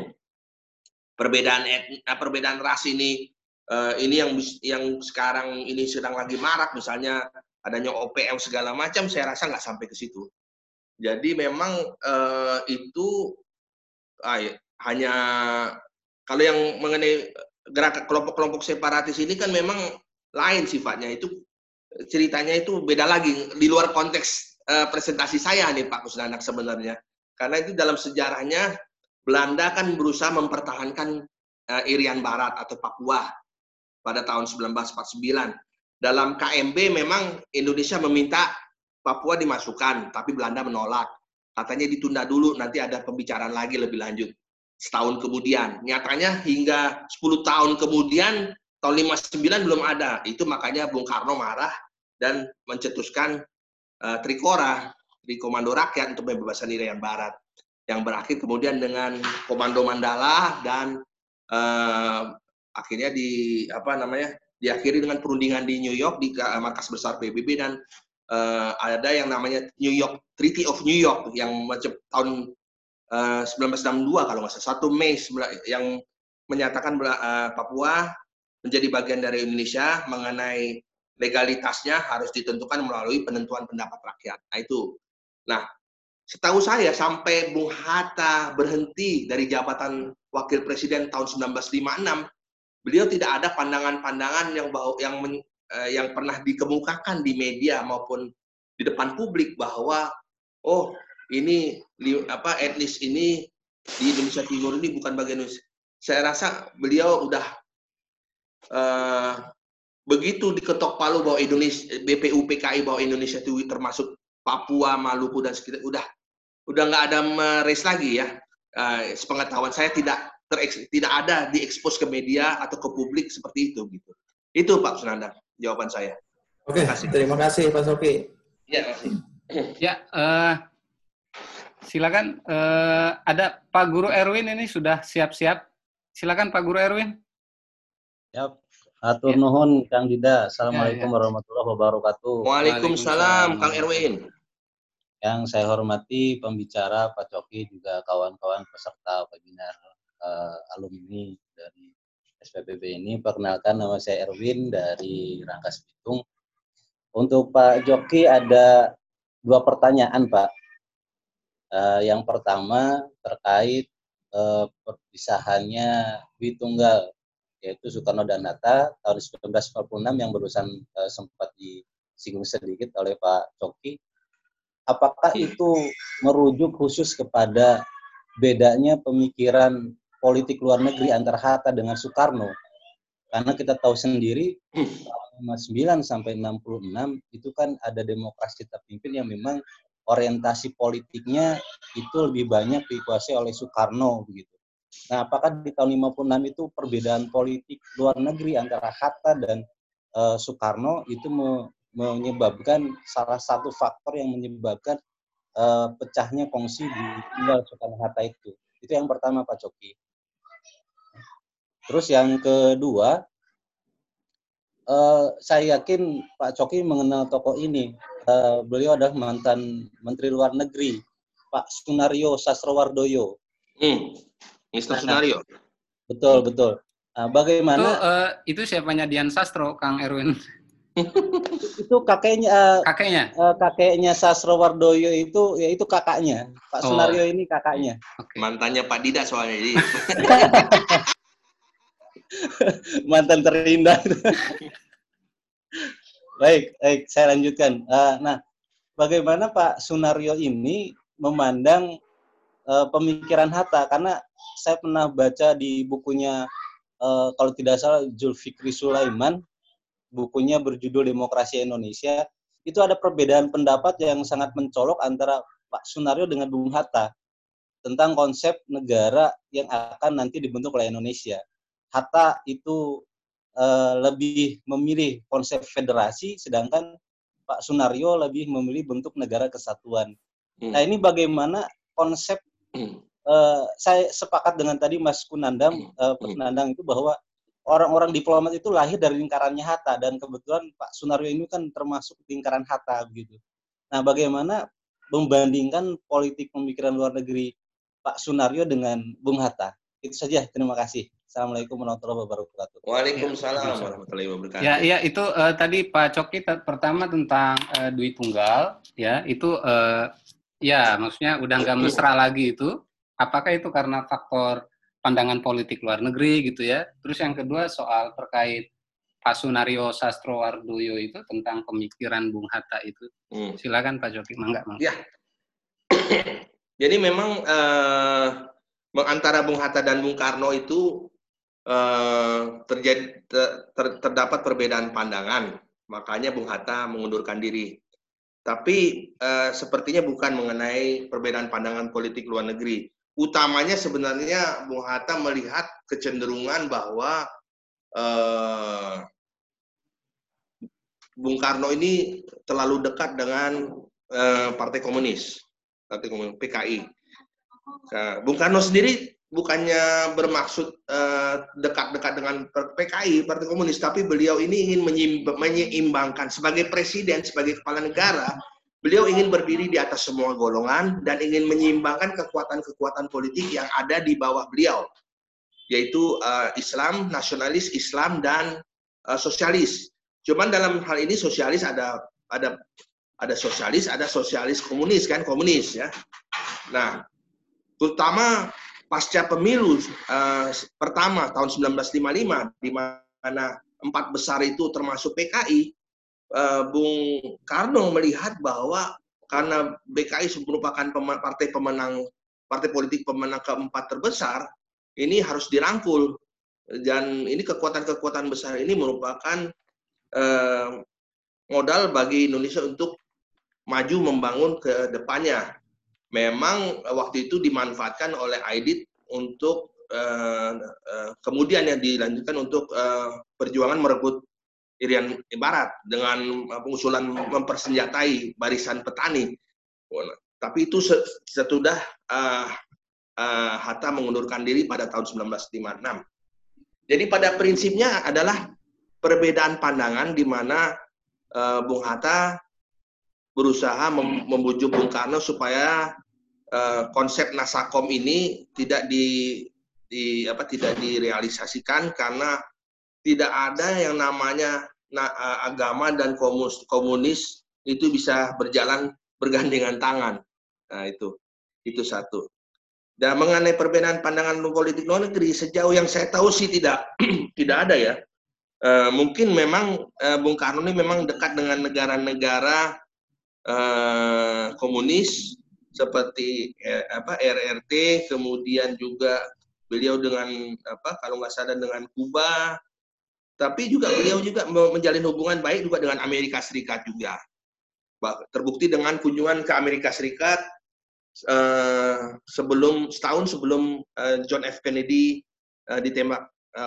perbedaan ras ini yang sekarang ini sedang lagi marak, misalnya adanya OPM segala macam, saya rasa nggak sampai ke situ. Jadi memang itu hanya kalau yang mengenai gerakan kelompok-kelompok separatis ini kan memang lain sifatnya, itu ceritanya itu beda lagi, di luar konteks presentasi saya nih Pak Kusnanak sebenarnya. Karena itu dalam sejarahnya Belanda kan berusaha mempertahankan Irian Barat atau Papua pada tahun 1949. Dalam KMB memang Indonesia meminta Papua dimasukkan, tapi Belanda menolak. Katanya ditunda dulu, nanti ada pembicaraan lagi lebih lanjut. Setahun kemudian, nyatanya hingga 10 tahun kemudian, tahun 59 belum ada. Itu makanya Bung Karno marah dan mencetuskan Trikora, di Komando Rakyat untuk pembebasan Irian Barat, yang berakhir kemudian dengan Komando Mandala dan akhirnya diakhiri dengan perundingan di New York di markas besar PBB, dan ada yang namanya Treaty of New York yang tahun 1962 kalau nggak salah, 1 Mei yang menyatakan Papua menjadi bagian dari Indonesia, mengenai legalitasnya harus ditentukan melalui penentuan pendapat rakyat. Nah itu. Nah, setahu saya sampai Bung Hatta berhenti dari jabatan Wakil Presiden tahun 1956, beliau tidak ada pandangan-pandangan yang pernah dikemukakan di media maupun di depan publik bahwa ini etnis ini di Indonesia Timur ini bukan bagian Indonesia. Saya rasa beliau udah begitu diketok palu bahwa BPU PKI bahwa Indonesia itu termasuk Papua, Maluku dan sekitar, udah nggak ada race lagi ya. Sepengetahuan saya tidak ada diekspos ke media atau ke publik seperti itu gitu. Itu Pak Sunanda jawaban saya. Oke, terima kasih Pak Soki. Ya, makasih. Ya, silakan ada Pak Guru Erwin ini sudah siap-siap. Silakan Pak Guru Erwin. Yap. Atur nuhun Kang Dida. Assalamualaikum warahmatullahi wabarakatuh. Waalaikumsalam Kang Erwin. Yang saya hormati pembicara Pak Coki, juga kawan-kawan peserta webinar alumni dari SPPB ini. Perkenalkan, nama saya Erwin dari Rangkas Bitung. Untuk Pak Joki ada 2 pertanyaan Pak. Yang pertama terkait perpisahannya Witunggal, yaitu Soekarno dan Hatta tahun 1946 yang barusan sempat disinggung sedikit oleh Pak Coki. Apakah itu merujuk khusus kepada bedanya pemikiran politik luar negeri antara Hatta dengan Soekarno? Karena kita tahu sendiri, 59 sampai 66 itu kan ada demokrasi terpimpin yang memang orientasi politiknya itu lebih banyak dikuasai oleh Soekarno begitu. Nah, apakah di tahun 56 itu perbedaan politik luar negeri antara Hatta dan Soekarno itu menyebabkan salah satu faktor yang menyebabkan pecahnya kongsi di tinggal Soekarno-Hatta itu? Itu yang pertama Pak Coki. Terus yang kedua, saya yakin Pak Coki mengenal tokoh ini. Beliau adalah mantan Menteri Luar Negeri, Pak Sunario Sastrowardoyo. Mr. Sunario. Betul. Bagaimana? Itu siapanya Dian Sastro, Kang Erwin? Itu kakeknya Sastrowardoyo itu kakaknya. Pak Sunario ini kakaknya. Okay. Mantannya Pak Dida soalnya. Jadi. Mantan terindah. Baik, saya lanjutkan. Nah, bagaimana Pak Sunario ini memandang pemikiran Hatta? Karena saya pernah baca di bukunya, kalau tidak salah, Zulfikri Sulaiman, bukunya berjudul Demokrasi Indonesia, itu ada perbedaan pendapat yang sangat mencolok antara Pak Sunario dengan Bung Hatta tentang konsep negara yang akan nanti dibentuk oleh Indonesia. Hatta itu lebih memilih konsep federasi, sedangkan Pak Sunario lebih memilih bentuk negara kesatuan. Nah, ini bagaimana konsep, saya sepakat dengan tadi Mas Kunandang, Penandang itu, bahwa orang-orang diplomat itu lahir dari lingkarannya Hatta, dan kebetulan Pak Sunario ini kan termasuk lingkaran Hatta begitu. Nah, bagaimana membandingkan politik pemikiran luar negeri Pak Sunario dengan Bung Hatta? Itu saja, terima kasih. Assalamualaikum warahmatullahi wabarakatuh. Waalaikumsalam warahmatullahi wabarakatuh. Ya, itu tadi Pak Coki pertama tentang duit tunggal, ya itu ya maksudnya udah nggak mesra lagi itu. Apakah itu karena faktor pandangan politik luar negeri gitu ya? Terus yang kedua soal terkait Pak Sunario Sastrowardoyo itu tentang pemikiran Bung Hatta itu. Silakan Pak Coki, mangga. Ya. Jadi memang antara Bung Hatta dan Bung Karno itu terdapat perbedaan pandangan, makanya Bung Hatta mengundurkan diri. Tapi sepertinya bukan mengenai perbedaan pandangan politik luar negeri. Utamanya sebenarnya Bung Hatta melihat kecenderungan bahwa Bung Karno ini terlalu dekat dengan Partai Komunis, PKI. Nah, Bung Karno sendiri bukannya bermaksud dekat-dekat dengan PKI, Partai Komunis, tapi beliau ini ingin menyeimbangkan sebagai presiden, sebagai kepala negara, beliau ingin berdiri di atas semua golongan dan ingin menyeimbangkan kekuatan-kekuatan politik yang ada di bawah beliau, yaitu Islam, nasionalis, Islam, dan sosialis. Cuman dalam hal ini sosialis ada sosialis, ada sosialis komunis kan, komunis ya. Nah, terutama pasca pemilu pertama tahun 1955, di mana 4 besar itu termasuk PKI, Bung Karno melihat bahwa karena PKI merupakan partai politik pemenang keempat terbesar, ini harus dirangkul. Dan ini kekuatan-kekuatan besar ini merupakan modal bagi Indonesia untuk maju membangun ke depannya. Memang waktu itu dimanfaatkan oleh Aidit untuk kemudian yang dilanjutkan untuk perjuangan merebut Irian Barat dengan pengusulan mempersenjatai barisan petani. Tapi itu sesudah Hatta mengundurkan diri pada tahun 1956. Jadi pada prinsipnya adalah perbedaan pandangan di mana Bung Hatta berusaha membujuk Bung Karno supaya konsep Nasakom ini tidak direalisasikan karena tidak ada yang namanya agama dan komunis itu bisa berjalan bergandengan tangan. Nah, itu satu. Dan mengenai perbedaan pandangan politik luar negeri, sejauh yang saya tahu sih tidak ada ya. Mungkin memang Bung Karno ini memang dekat dengan negara-negara komunis seperti RRT, kemudian juga beliau dengan kalau nggak salah dengan Kuba, tapi juga beliau juga menjalin hubungan baik juga dengan Amerika Serikat juga. Terbukti dengan kunjungan ke Amerika Serikat setahun sebelum John F. Kennedy ditembak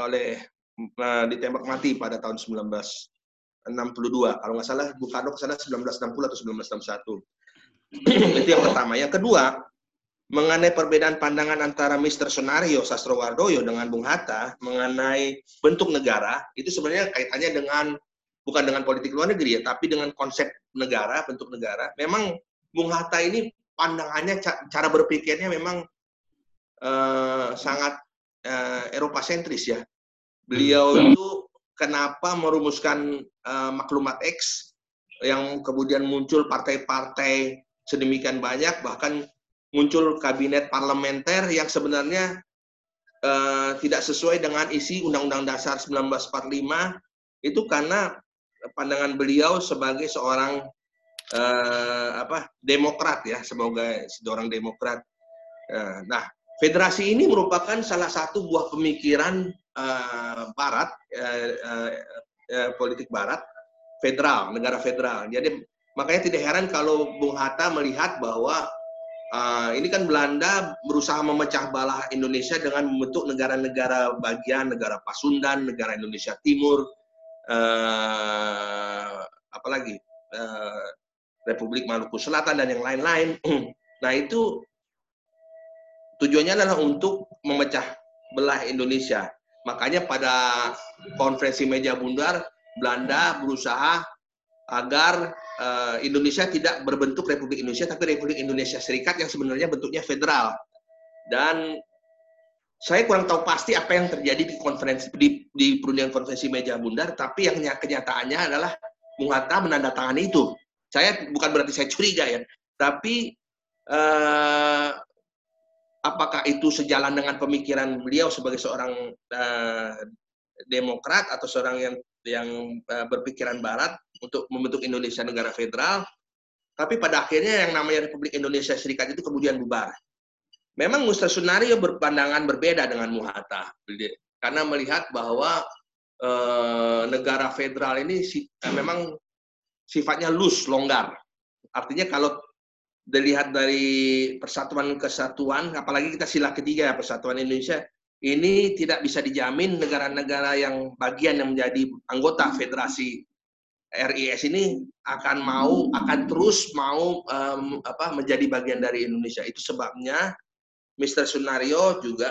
mati pada tahun 1962. Kalau nggak salah, Bung Karno ke sana 1960 atau 1961. Itu yang pertama. Yang kedua, mengenai perbedaan pandangan antara Mr. Sunario Sastrowardoyo dengan Bung Hatta mengenai bentuk negara, itu sebenarnya kaitannya dengan bukan dengan politik luar negeri ya, tapi dengan konsep negara, bentuk negara. Memang Bung Hatta ini pandangannya, cara berpikirnya memang sangat Eropa sentris ya. Beliau itu kenapa merumuskan maklumat X yang kemudian muncul partai-partai sedemikian banyak, bahkan muncul kabinet parlementer yang sebenarnya tidak sesuai dengan isi Undang-Undang Dasar 1945 itu karena pandangan beliau sebagai seorang demokrat ya, sebagai seorang demokrat. Nah, federasi ini merupakan salah satu buah pemikiran Barat, politik Barat, federal, negara federal. Jadi makanya tidak heran kalau Bung Hatta melihat bahwa ini kan Belanda berusaha memecah belah Indonesia dengan membentuk negara-negara bagian, negara Pasundan, negara Indonesia Timur, apalagi Republik Maluku Selatan dan yang lain-lain. Nah itu tujuannya adalah untuk memecah belah Indonesia. Makanya pada konferensi meja bundar Belanda berusaha agar Indonesia tidak berbentuk Republik Indonesia, tapi Republik Indonesia Serikat yang sebenarnya bentuknya federal. Dan saya kurang tahu pasti apa yang terjadi di konferensi di perundingan konferensi meja bundar, tapi yang kenyataannya adalah Bung Hatta menandatangani itu. Saya bukan berarti saya curiga ya, tapi apakah itu sejalan dengan pemikiran beliau sebagai seorang demokrat atau seorang yang berpikiran Barat untuk membentuk Indonesia negara federal, tapi pada akhirnya yang namanya Republik Indonesia Serikat itu kemudian bubar. Memang Mr. Sunaryo berpandangan berbeda dengan Bung Hatta, karena melihat bahwa negara federal ini memang sifatnya loose, longgar. Artinya kalau dilihat dari persatuan kesatuan, apalagi kita sila ketiga Persatuan Indonesia, ini tidak bisa dijamin negara-negara yang bagian yang menjadi anggota Federasi RIS ini akan terus mau menjadi bagian dari Indonesia. Itu sebabnya Mr. Sunaryo juga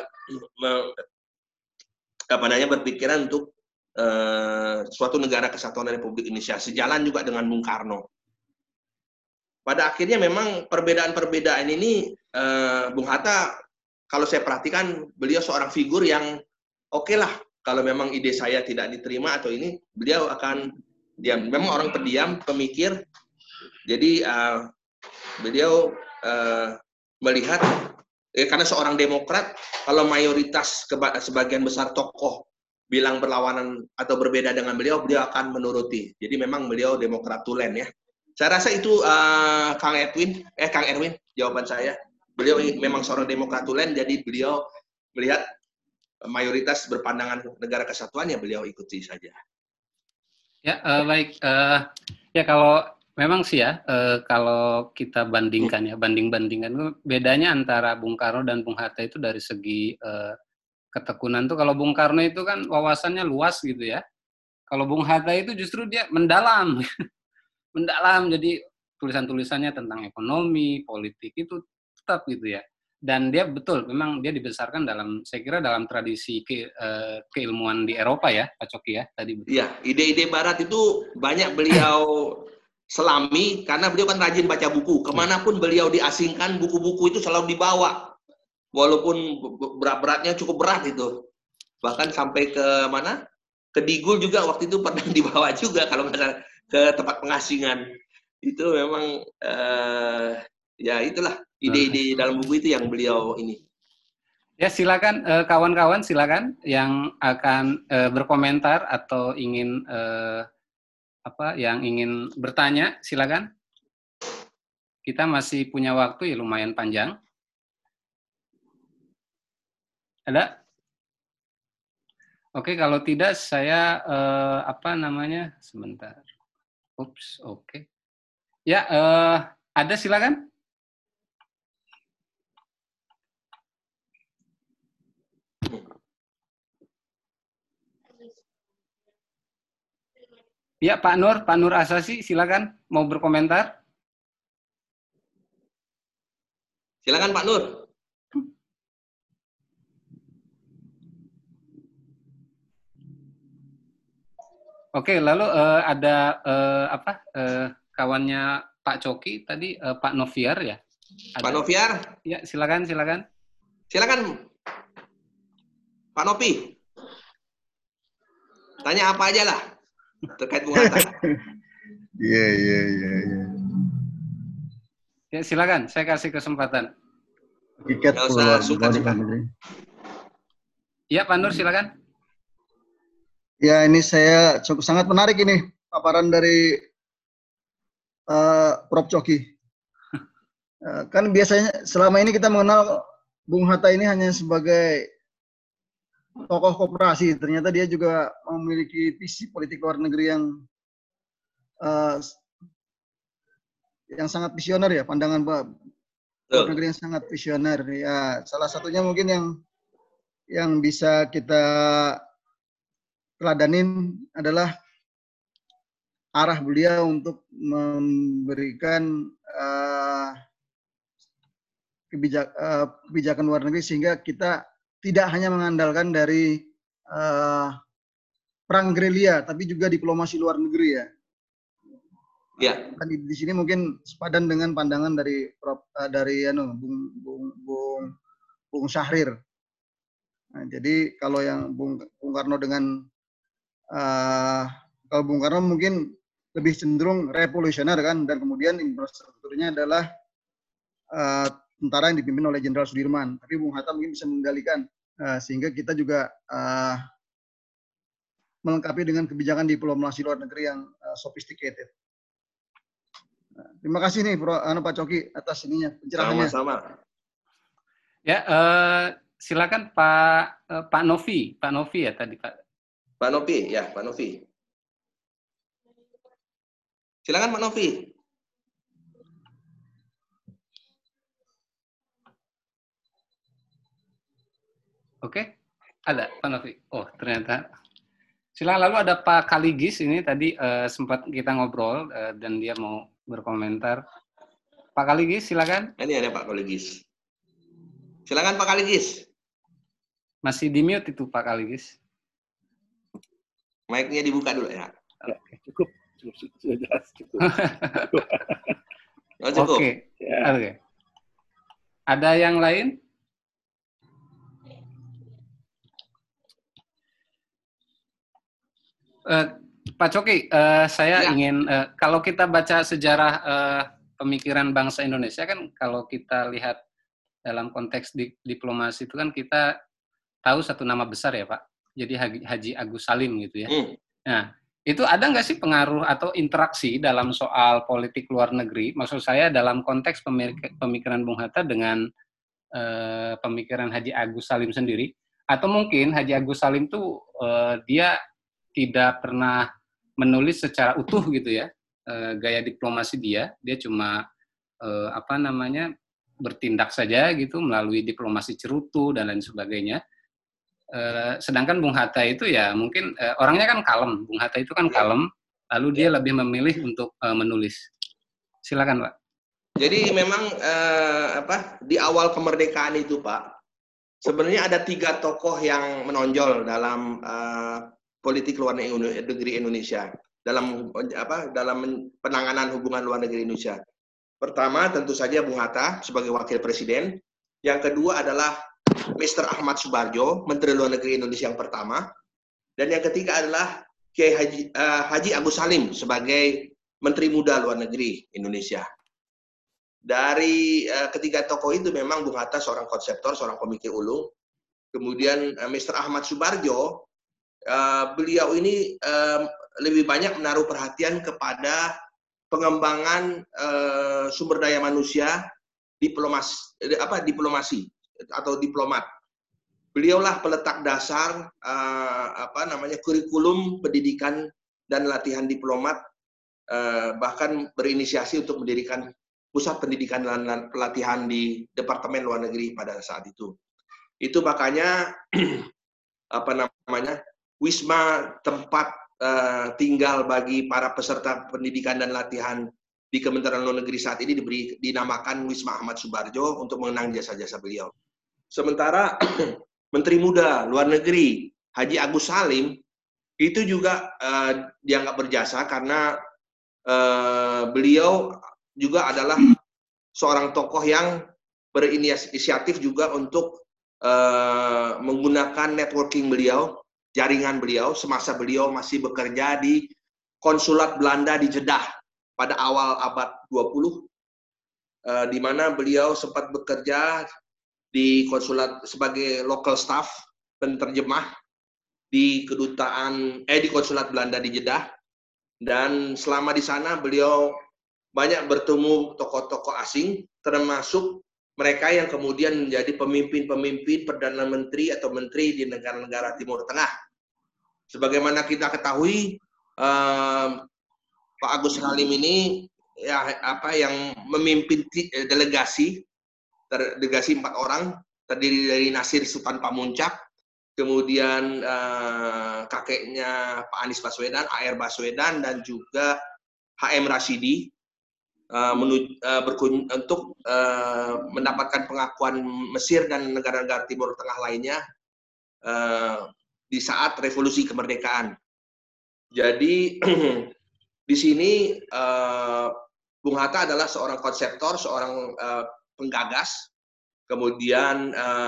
berpikiran untuk suatu negara kesatuan Republik Indonesia, sejalan juga dengan Bung Karno. Pada akhirnya memang perbedaan-perbedaan ini Bung Hatta, kalau saya perhatikan beliau seorang figur yang oke lah, kalau memang ide saya tidak diterima atau ini, beliau akan diam. Memang orang pendiam, pemikir. Jadi beliau melihat karena seorang demokrat, kalau mayoritas sebagian besar tokoh bilang berlawanan atau berbeda dengan beliau, beliau akan menuruti. Jadi memang beliau demokrat tulen ya. Saya rasa itu Kang Erwin, jawaban saya. Beliau memang seorang demokrat tulen, jadi beliau melihat mayoritas berpandangan negara kesatuan, ya beliau ikuti saja. Ya, baik. Ya kalau memang sih ya, kalau kita bandingkan banding-bandingkan, bedanya antara Bung Karno dan Bung Hatta itu dari segi ketekunan tuh, kalau Bung Karno itu kan wawasannya luas gitu ya. Kalau Bung Hatta itu justru dia mendalam. Mendalam, jadi tulisan-tulisannya tentang ekonomi, politik itu tetap gitu ya. Dan dia betul, memang dia dibesarkan dalam, saya kira dalam tradisi keilmuan di Eropa ya, Pak Coki ya, tadi betul. Iya, ide-ide Barat itu banyak beliau selami, karena beliau kan rajin baca buku. Kemanapun beliau diasingkan, buku-buku itu selalu dibawa. Walaupun beratnya cukup berat itu. Bahkan sampai ke mana? Ke Digul juga waktu itu pernah dibawa juga, kalau nggak salah, ke tempat pengasingan. Itu memang ya itulah ide-ide dalam buku itu yang beliau ini. Ya silakan kawan-kawan, silakan yang akan berkomentar atau ingin yang ingin bertanya, silakan. Kita masih punya waktu ya lumayan panjang. Ada? Oke, kalau tidak saya sebentar. Ups, oke. Ya, ada silakan. Ya, Pak Nur Asasi, silakan mau berkomentar. Silakan Pak Nur. Oke, lalu ada kawannya Pak Coki tadi, Pak Noviar ya? Ada. Pak Noviar? Ya, silakan. Silakan, Pak Nopi. Tanya apa aja lah terkait Bung Hatta. Iya. Ya, silakan, saya kasih kesempatan. Tiket nggak usah suka. Ya, Pak Nur, silakan. Ya, ini saya cukup sangat menarik ini paparan dari Prof. Coki. Kan biasanya selama ini kita mengenal Bung Hatta ini hanya sebagai tokoh koperasi. Ternyata dia juga memiliki visi politik luar negeri yang sangat visioner ya, pandangan luar negeri yang sangat visioner. Ya, salah satunya mungkin yang bisa kita teladanin adalah arah beliau untuk memberikan kebijakan luar negeri sehingga kita tidak hanya mengandalkan dari perang gerilya, tapi juga diplomasi luar negeri ya. Ya. Dan di sini mungkin sepadan dengan pandangan dari Bung Syahrir. Nah, jadi kalau yang Bung Karno dengan kalau Bung Karno mungkin lebih cenderung revolusioner kan, dan kemudian infrastrukturnya adalah tentara yang dipimpin oleh Jenderal Sudirman. Tapi Bung Hatta mungkin bisa mengendalikan sehingga kita juga melengkapi dengan kebijakan diplomasi luar negeri yang sophisticated. Terima kasih nih Pak Coki atas ininya pencerahannya. Sama-sama. Ya, silakan Pak Novi. Pak Novi ya tadi Pak. Pak Novi, ya Pak Novi. Silakan Pak Novi. Oke, ada Pak Novi. Oh, ternyata. Silakan, lalu ada Pak Kaligis ini tadi sempat kita ngobrol dan dia mau berkomentar. Pak Kaligis, silakan. Ini ada Pak Kaligis. Silakan Pak Kaligis. Masih di mute itu Pak Kaligis. Mic-nya dibuka dulu ya. Ya, cukup. Sudah jelas, cukup. Oh, cukup. Oke. Ya. Oke. Ada yang lain? Pak Coki, saya ingin kalau kita baca sejarah pemikiran bangsa Indonesia kan, kalau kita lihat dalam konteks diplomasi itu kan kita tahu satu nama besar ya Pak, jadi Haji Agus Salim gitu ya. Nah, itu ada nggak sih pengaruh atau interaksi dalam soal politik luar negeri? Maksud saya dalam konteks pemikiran Bung Hatta dengan pemikiran Haji Agus Salim sendiri, atau mungkin Haji Agus Salim tuh dia tidak pernah menulis secara utuh gitu ya gaya diplomasi dia cuma bertindak saja gitu melalui diplomasi cerutu dan lain sebagainya. Sedangkan Bung Hatta itu ya mungkin orangnya kan kalem, Bung Hatta itu kan kalem, lalu dia lebih memilih untuk menulis. Silakan Pak. Jadi memang di awal kemerdekaan itu Pak, sebenarnya ada 3 tokoh yang menonjol dalam politik luar negeri Indonesia, dalam penanganan hubungan luar negeri Indonesia. Pertama tentu saja Bung Hatta sebagai wakil presiden, yang kedua adalah Mr. Ahmad Subarjo, Menteri Luar Negeri Indonesia yang pertama, dan yang ketiga adalah Kiai Haji Agus Salim sebagai Menteri Muda Luar Negeri Indonesia. Dari ketiga tokoh itu memang Bung Hatta seorang konseptor, seorang pemikir ulung. Kemudian Mr. Ahmad Subarjo, beliau ini lebih banyak menaruh perhatian kepada pengembangan sumber daya manusia, diplomasi atau diplomat. Beliaulah peletak dasar kurikulum pendidikan dan latihan diplomat, bahkan berinisiasi untuk mendirikan pusat pendidikan dan pelatihan di Departemen Luar Negeri pada saat itu. Itu makanya Wisma tempat tinggal bagi para peserta pendidikan dan latihan di Kementerian Luar Negeri saat ini dinamakan Wisma Ahmad Subarjo untuk mengenang jasa-jasa beliau. Sementara Menteri Muda Luar Negeri Haji Agus Salim itu juga dianggap berjasa karena beliau juga adalah seorang tokoh yang berinisiatif juga untuk menggunakan networking beliau, jaringan beliau semasa beliau masih bekerja di konsulat Belanda di Jeddah pada awal abad 20, di mana beliau sempat bekerja di konsulat sebagai local staff penerjemah di di konsulat Belanda di Jeddah, dan selama di sana beliau banyak bertemu tokoh-tokoh asing, termasuk mereka yang kemudian menjadi pemimpin-pemimpin perdana menteri atau menteri di negara-negara Timur Tengah. Sebagaimana kita ketahui, Pak Agus Salim ini yang memimpin delegasi 4 orang, terdiri dari Nasir Sultan Pamuncak, kemudian kakeknya Pak Anies Baswedan, AR Baswedan, dan juga HM Rashidi, untuk mendapatkan pengakuan Mesir dan negara-negara Timur Tengah lainnya di saat revolusi kemerdekaan. Jadi di sini Bung Hatta adalah seorang konseptor, seorang penggagas, kemudian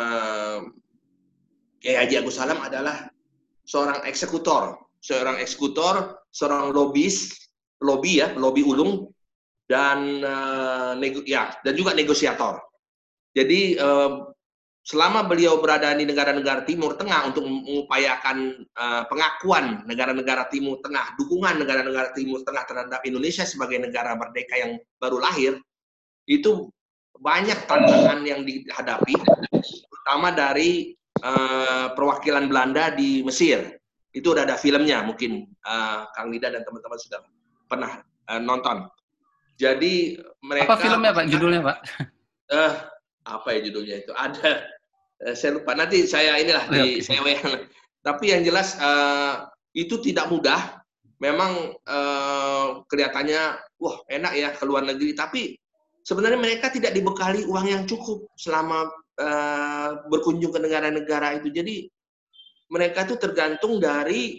Kiai Haji Agus Salam adalah seorang eksekutor, seorang lobby ulung, dan juga negosiator. Jadi selama beliau berada di negara-negara Timur Tengah untuk mengupayakan pengakuan negara-negara Timur Tengah, dukungan negara-negara Timur Tengah terhadap Indonesia sebagai negara merdeka yang baru lahir, itu banyak tantangan yang dihadapi, terutama dari perwakilan Belanda di Mesir. Itu udah ada filmnya, mungkin Kang Nida dan teman-teman sudah pernah nonton. Jadi mereka... Apa filmnya Pak? Judulnya Pak? Apa ya judulnya itu? Ada, saya lupa. Nanti saya di CW. Tapi yang jelas itu tidak mudah. Memang kelihatannya, wah enak ya ke luar negeri. Tapi sebenarnya mereka tidak dibekali uang yang cukup selama berkunjung ke negara-negara itu. Jadi mereka itu tergantung dari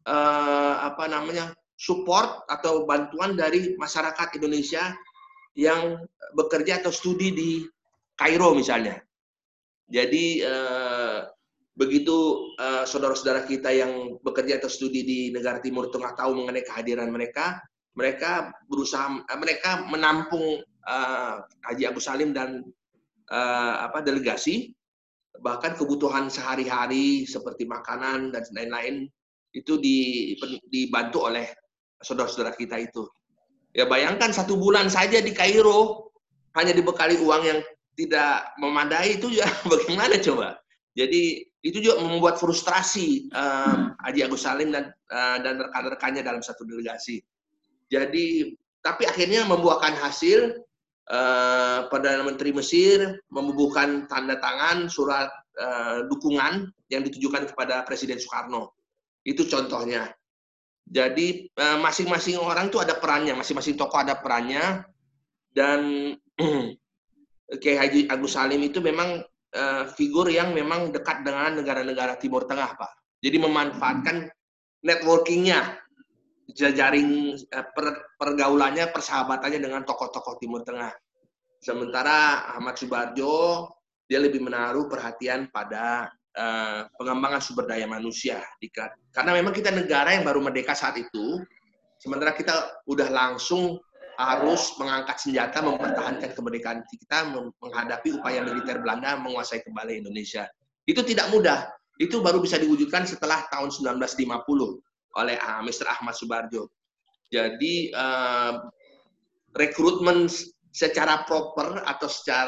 support atau bantuan dari masyarakat Indonesia yang bekerja atau studi di Kairo misalnya. Jadi begitu saudara-saudara kita yang bekerja atau studi di negara Timur Tengah tahu mengenai kehadiran mereka menampung Haji Agus Salim dan delegasi, bahkan kebutuhan sehari-hari seperti makanan dan lain-lain itu dibantu oleh saudara-saudara kita itu. Ya bayangkan 1 bulan saja di Kairo hanya dibekali uang yang tidak memadai, itu ya bagaimana coba? Jadi itu juga membuat frustrasi Haji Agus Salim dan rekan-rekannya dalam satu delegasi. Jadi tapi akhirnya membuahkan hasil. Perdana Menteri Mesir membubuhkan tanda tangan surat dukungan yang ditujukan kepada Presiden Soekarno. Itu contohnya. Jadi masing-masing orang itu ada perannya, masing-masing tokoh ada perannya, dan Kiai Haji Agus Salim itu memang figur yang memang dekat dengan negara-negara Timur Tengah, Pak. Jadi memanfaatkan networking-nya, jaring pergaulannya, persahabatannya dengan tokoh-tokoh Timur Tengah. Sementara Ahmad Subarjo, dia lebih menaruh perhatian pada pengembangan sumber daya manusia. Karena memang kita negara yang baru merdeka saat itu, sementara kita udah langsung harus mengangkat senjata mempertahankan kemerdekaan kita menghadapi upaya militer Belanda menguasai kembali Indonesia. Itu tidak mudah. Itu baru bisa diwujudkan setelah tahun 1950 oleh Mr. Ahmad Subarjo. Jadi rekrutmen secara proper atau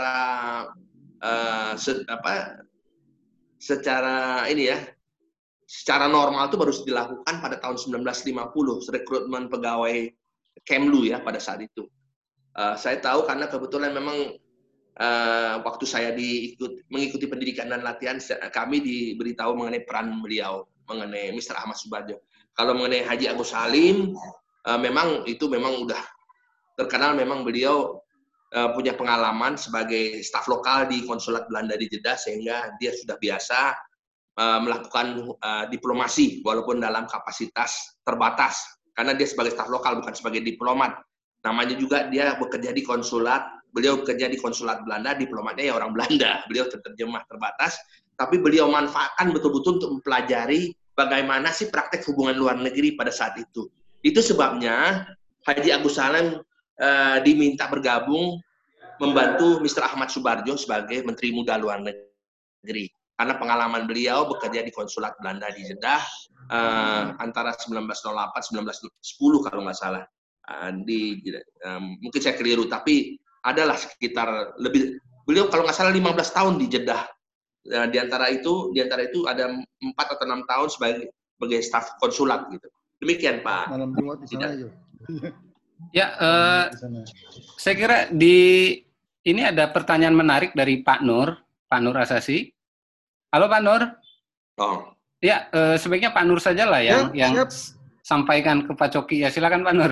secara normal itu baru dilakukan pada tahun 1950, rekrutmen pegawai Kemlu ya pada saat itu. Saya tahu karena kebetulan memang waktu saya mengikuti pendidikan dan latihan, kami diberitahu mengenai peran beliau, mengenai Mr. Ahmad Subarjo. Kalau mengenai Haji Agus Salim, memang udah terkenal, memang beliau punya pengalaman sebagai staf lokal di konsulat Belanda di Jeddah, sehingga dia sudah biasa melakukan diplomasi walaupun dalam kapasitas terbatas, karena dia sebagai staf lokal bukan sebagai diplomat. Namanya juga dia bekerja di konsulat, beliau bekerja di konsulat Belanda, diplomatnya ya orang Belanda, beliau terjemah terbatas, tapi beliau manfaatkan betul-betul untuk mempelajari bagaimana sih praktek hubungan luar negeri pada saat itu. Itu sebabnya Haji Agus Salim diminta bergabung membantu Mr. Ahmad Subarjo sebagai Menteri Muda Luar Negeri. karena pengalaman beliau bekerja di konsulat Belanda di Jeddah antara 1908-1910 kalau nggak salah. Mungkin saya keliru, tapi adalah sekitar lebih, beliau kalau nggak salah 15 tahun di Jeddah. Di antara itu ada 4 atau 6 tahun sebagai staf konsulat gitu. Demikian Pak. Malam Jumat di sana aja. Ya, saya kira ini ada pertanyaan menarik dari Pak Nur Asasi. Halo Pak Nur. Oh. Ya, sebaiknya Pak Nur sajalah yang sampaikan ke Pak Coki. Ya, silakan Pak Nur.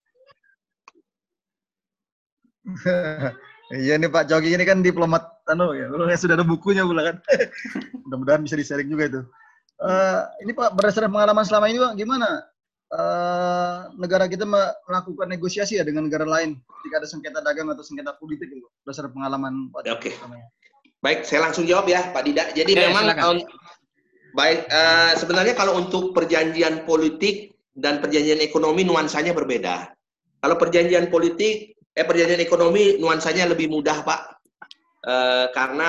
Iya nih Pak Coki ini kan diplomat ya, sudah ada bukunya pula kan. Mudah-mudahan bisa di-sharing juga itu. Ini Pak, berdasarkan pengalaman selama ini Pak, gimana negara kita melakukan negosiasi ya dengan negara lain ketika ada sengketa dagang atau sengketa politik itu berdasarkan pengalaman Pak. Oke. Baik, saya langsung jawab ya Pak Dida. Jadi memang sebenarnya kalau untuk perjanjian politik dan perjanjian ekonomi nuansanya berbeda. Kalau perjanjian ekonomi nuansanya lebih mudah Pak, karena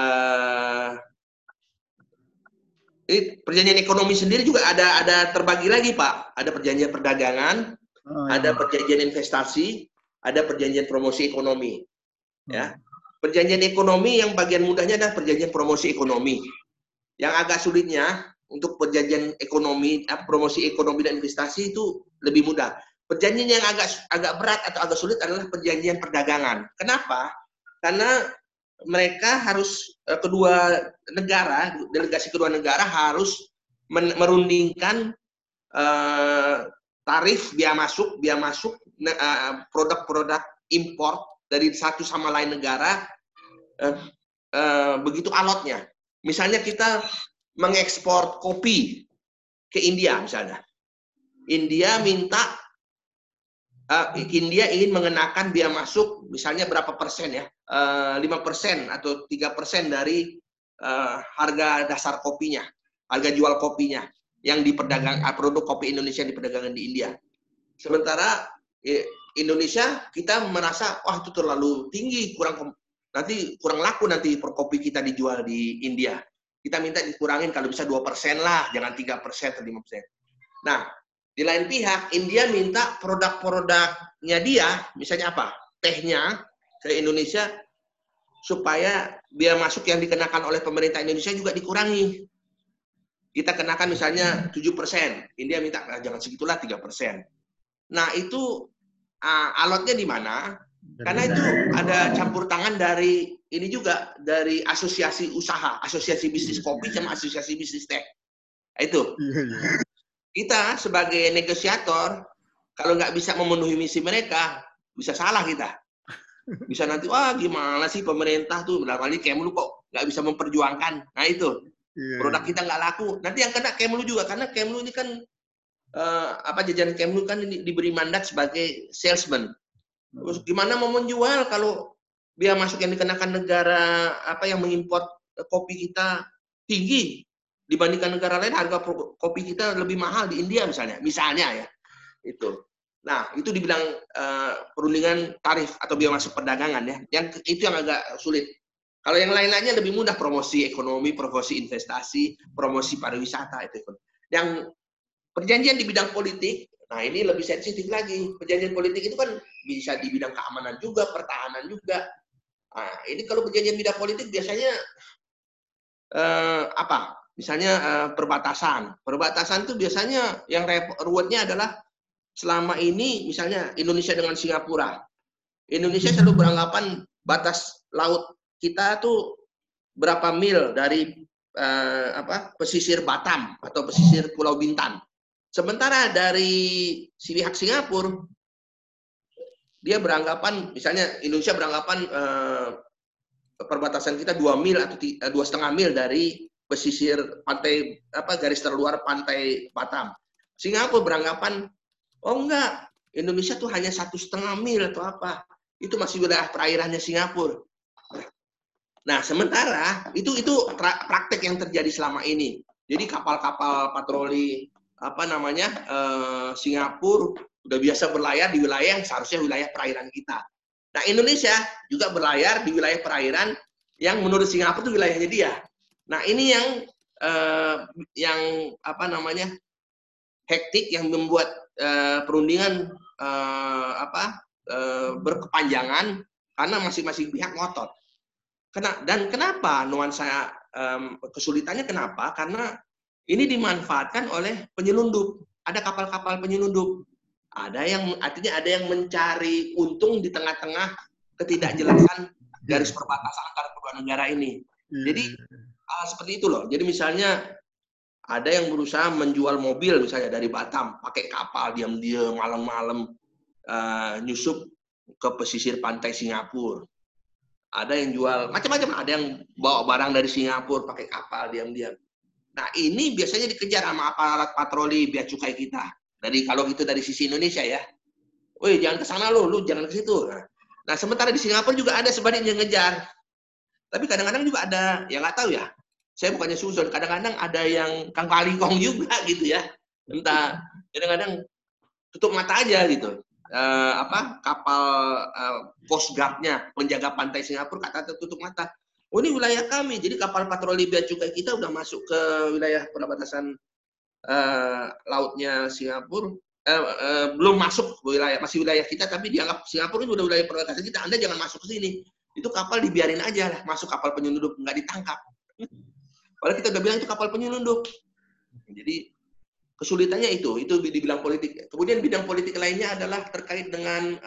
perjanjian ekonomi sendiri juga ada terbagi lagi Pak. Ada perjanjian perdagangan, ada perjanjian investasi, ada perjanjian promosi ekonomi. Ya, perjanjian ekonomi yang bagian mudahnya adalah perjanjian promosi ekonomi. Yang agak sulitnya untuk perjanjian ekonomi, promosi ekonomi dan investasi itu lebih mudah. Perjanjian yang agak berat atau agak sulit adalah perjanjian perdagangan. Kenapa? Karena mereka harus delegasi kedua negara harus merundingkan tarif biaya masuk produk-produk impor dari satu sama lain negara, begitu alotnya. Misalnya kita mengekspor kopi ke India misalnya. India ingin mengenakan biaya masuk misalnya berapa persen ya, 5% atau 3% dari harga dasar kopinya, harga jual kopinya yang diperdagangkan, produk kopi Indonesia diperdagangkan di India. Sementara Indonesia kita merasa wah itu terlalu tinggi, kurang laku nanti per kopi kita dijual di India. Kita minta dikurangin kalau bisa 2% lah, jangan 3% atau 5%. Nah, di lain pihak, India minta produk-produknya dia, misalnya apa? Tehnya ke Indonesia, supaya biaya masuk yang dikenakan oleh pemerintah Indonesia juga dikurangi. Kita kenakan misalnya 7%, India minta jangan segitulah 3%. Nah, itu alotnya di mana? Karena itu ada campur tangan dari ini juga, dari asosiasi usaha, asosiasi bisnis kopi sama asosiasi bisnis teh. Itu. Kita sebagai negosiator, kalau nggak bisa memenuhi misi mereka, bisa salah kita. Bisa nanti, wah gimana sih pemerintah tuh, berarti Kemlu kok nggak bisa memperjuangkan. Nah itu, produk kita nggak laku. Nanti yang kena Kemlu juga, karena Kemlu ini kan, jajaran Kemlu kan diberi mandat sebagai salesman. Terus gimana mau menjual kalau biaya masuk yang dikenakan negara yang mengimpor kopi kita tinggi? Dibandingkan negara lain, harga kopi kita lebih mahal di India misalnya ya, itu. Nah, itu dibilang perundingan tarif atau biaya masuk perdagangan ya. Itu yang agak sulit. Kalau yang lain-lainnya lebih mudah, promosi ekonomi, promosi investasi, promosi pariwisata itu. Yang perjanjian di bidang politik, nah ini lebih sensitif lagi. Perjanjian politik itu kan bisa di bidang keamanan juga, pertahanan juga. Nah, ini kalau perjanjian bidang politik biasanya Misalnya perbatasan. Perbatasan itu biasanya yang ruwetnya adalah selama ini misalnya Indonesia dengan Singapura. Indonesia selalu beranggapan batas laut kita tuh berapa mil dari pesisir Batam atau pesisir Pulau Bintan. Sementara dari pihak Singapura dia beranggapan, misalnya Indonesia beranggapan perbatasan kita 2 mil atau 2,5 mil dari pesisir pantai garis terluar pantai Batam. Singapura beranggapan, oh enggak, Indonesia tuh hanya 1,5 mil atau apa. Itu masih wilayah perairannya Singapura. Nah, sementara itu praktek yang terjadi selama ini. Jadi kapal-kapal patroli Singapura udah biasa berlayar di wilayah yang seharusnya wilayah perairan kita. Nah, Indonesia juga berlayar di wilayah perairan yang menurut Singapura itu wilayahnya dia. Nah, ini yang apa namanya hektik, yang membuat perundingan berkepanjangan karena masing-masing pihak ngotot. Dan kenapa nuansa kesulitannya kenapa? Karena ini dimanfaatkan oleh penyelundup. Ada kapal-kapal penyelundup. Artinya ada yang mencari untung di tengah-tengah ketidakjelasan garis perbatasan antara kedua negara ini. Jadi seperti itu loh. Jadi misalnya ada yang berusaha menjual mobil misalnya dari Batam pakai kapal diam-diam malam-malam nyusup ke pesisir pantai Singapura. Ada yang jual macam-macam, ada yang bawa barang dari Singapura pakai kapal diam-diam. Nah, ini biasanya dikejar sama aparat patroli bea cukai kita. Kalau itu dari sisi Indonesia ya. Woi, jangan ke sana lu jangan ke situ. Nah, sementara di Singapura juga ada sebaliknya ngejar. Tapi kadang-kadang juga ada, ya nggak tahu ya. Saya bukannya suzon, kadang-kadang ada yang kang kali kong juga gitu ya. Entah, kadang-kadang tutup mata aja gitu. Kapal Coast Guard-nya, penjaga pantai Singapura kata tutup mata. Oh, ini wilayah kami, jadi kapal patroli bea cukai kita udah masuk ke wilayah perbatasan lautnya Singapura. Belum masuk wilayah, masih wilayah kita, tapi dianggap Singapura itu udah wilayah perbatasan kita. Anda jangan masuk ke sini. Itu kapal dibiarin aja lah, masuk kapal penyelundup, nggak ditangkap. Padahal kita udah bilang itu kapal penyelundup. Jadi kesulitannya itu dibilang politik. Kemudian bidang politik lainnya adalah terkait dengan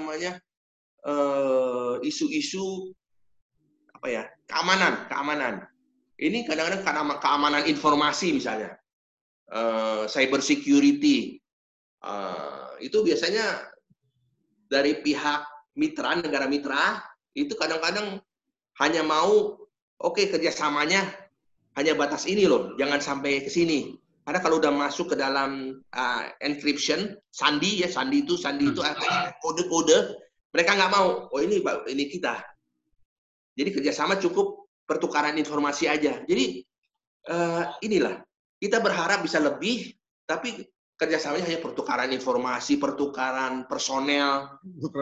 isu-isu keamanan. Ini kadang-kadang keamanan informasi misalnya, cyber security. Itu biasanya dari pihak mitra, negara mitra, itu kadang-kadang hanya mau, kerjasamanya hanya batas ini loh, jangan sampai ke sini. Karena kalau udah masuk ke dalam encryption, sandi itu kode-kode, mereka nggak mau. Oh, ini kita. Jadi kerjasama cukup pertukaran informasi aja. Jadi inilah, kita berharap bisa lebih, tapi kerjasamanya hanya pertukaran informasi, pertukaran personel,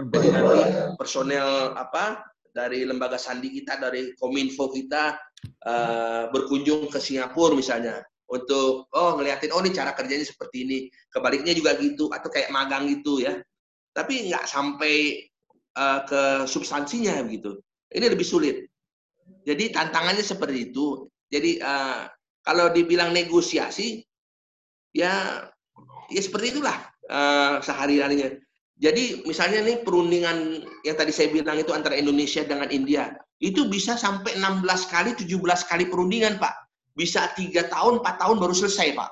dari lembaga sandi kita, dari Kominfo kita berkunjung ke Singapura misalnya untuk ngeliatin ini cara kerjanya seperti ini, kebaliknya juga gitu, atau kayak magang gitu ya, tapi nggak sampai ke substansinya begitu. Ini lebih sulit. Jadi tantangannya seperti itu. Jadi kalau dibilang negosiasi ya seperti itulah sehari-harinya. Jadi misalnya nih perundingan yang tadi saya bilang itu antara Indonesia dengan India, itu bisa sampai 16 kali, 17 kali perundingan, Pak. Bisa 3 tahun, 4 tahun baru selesai, Pak.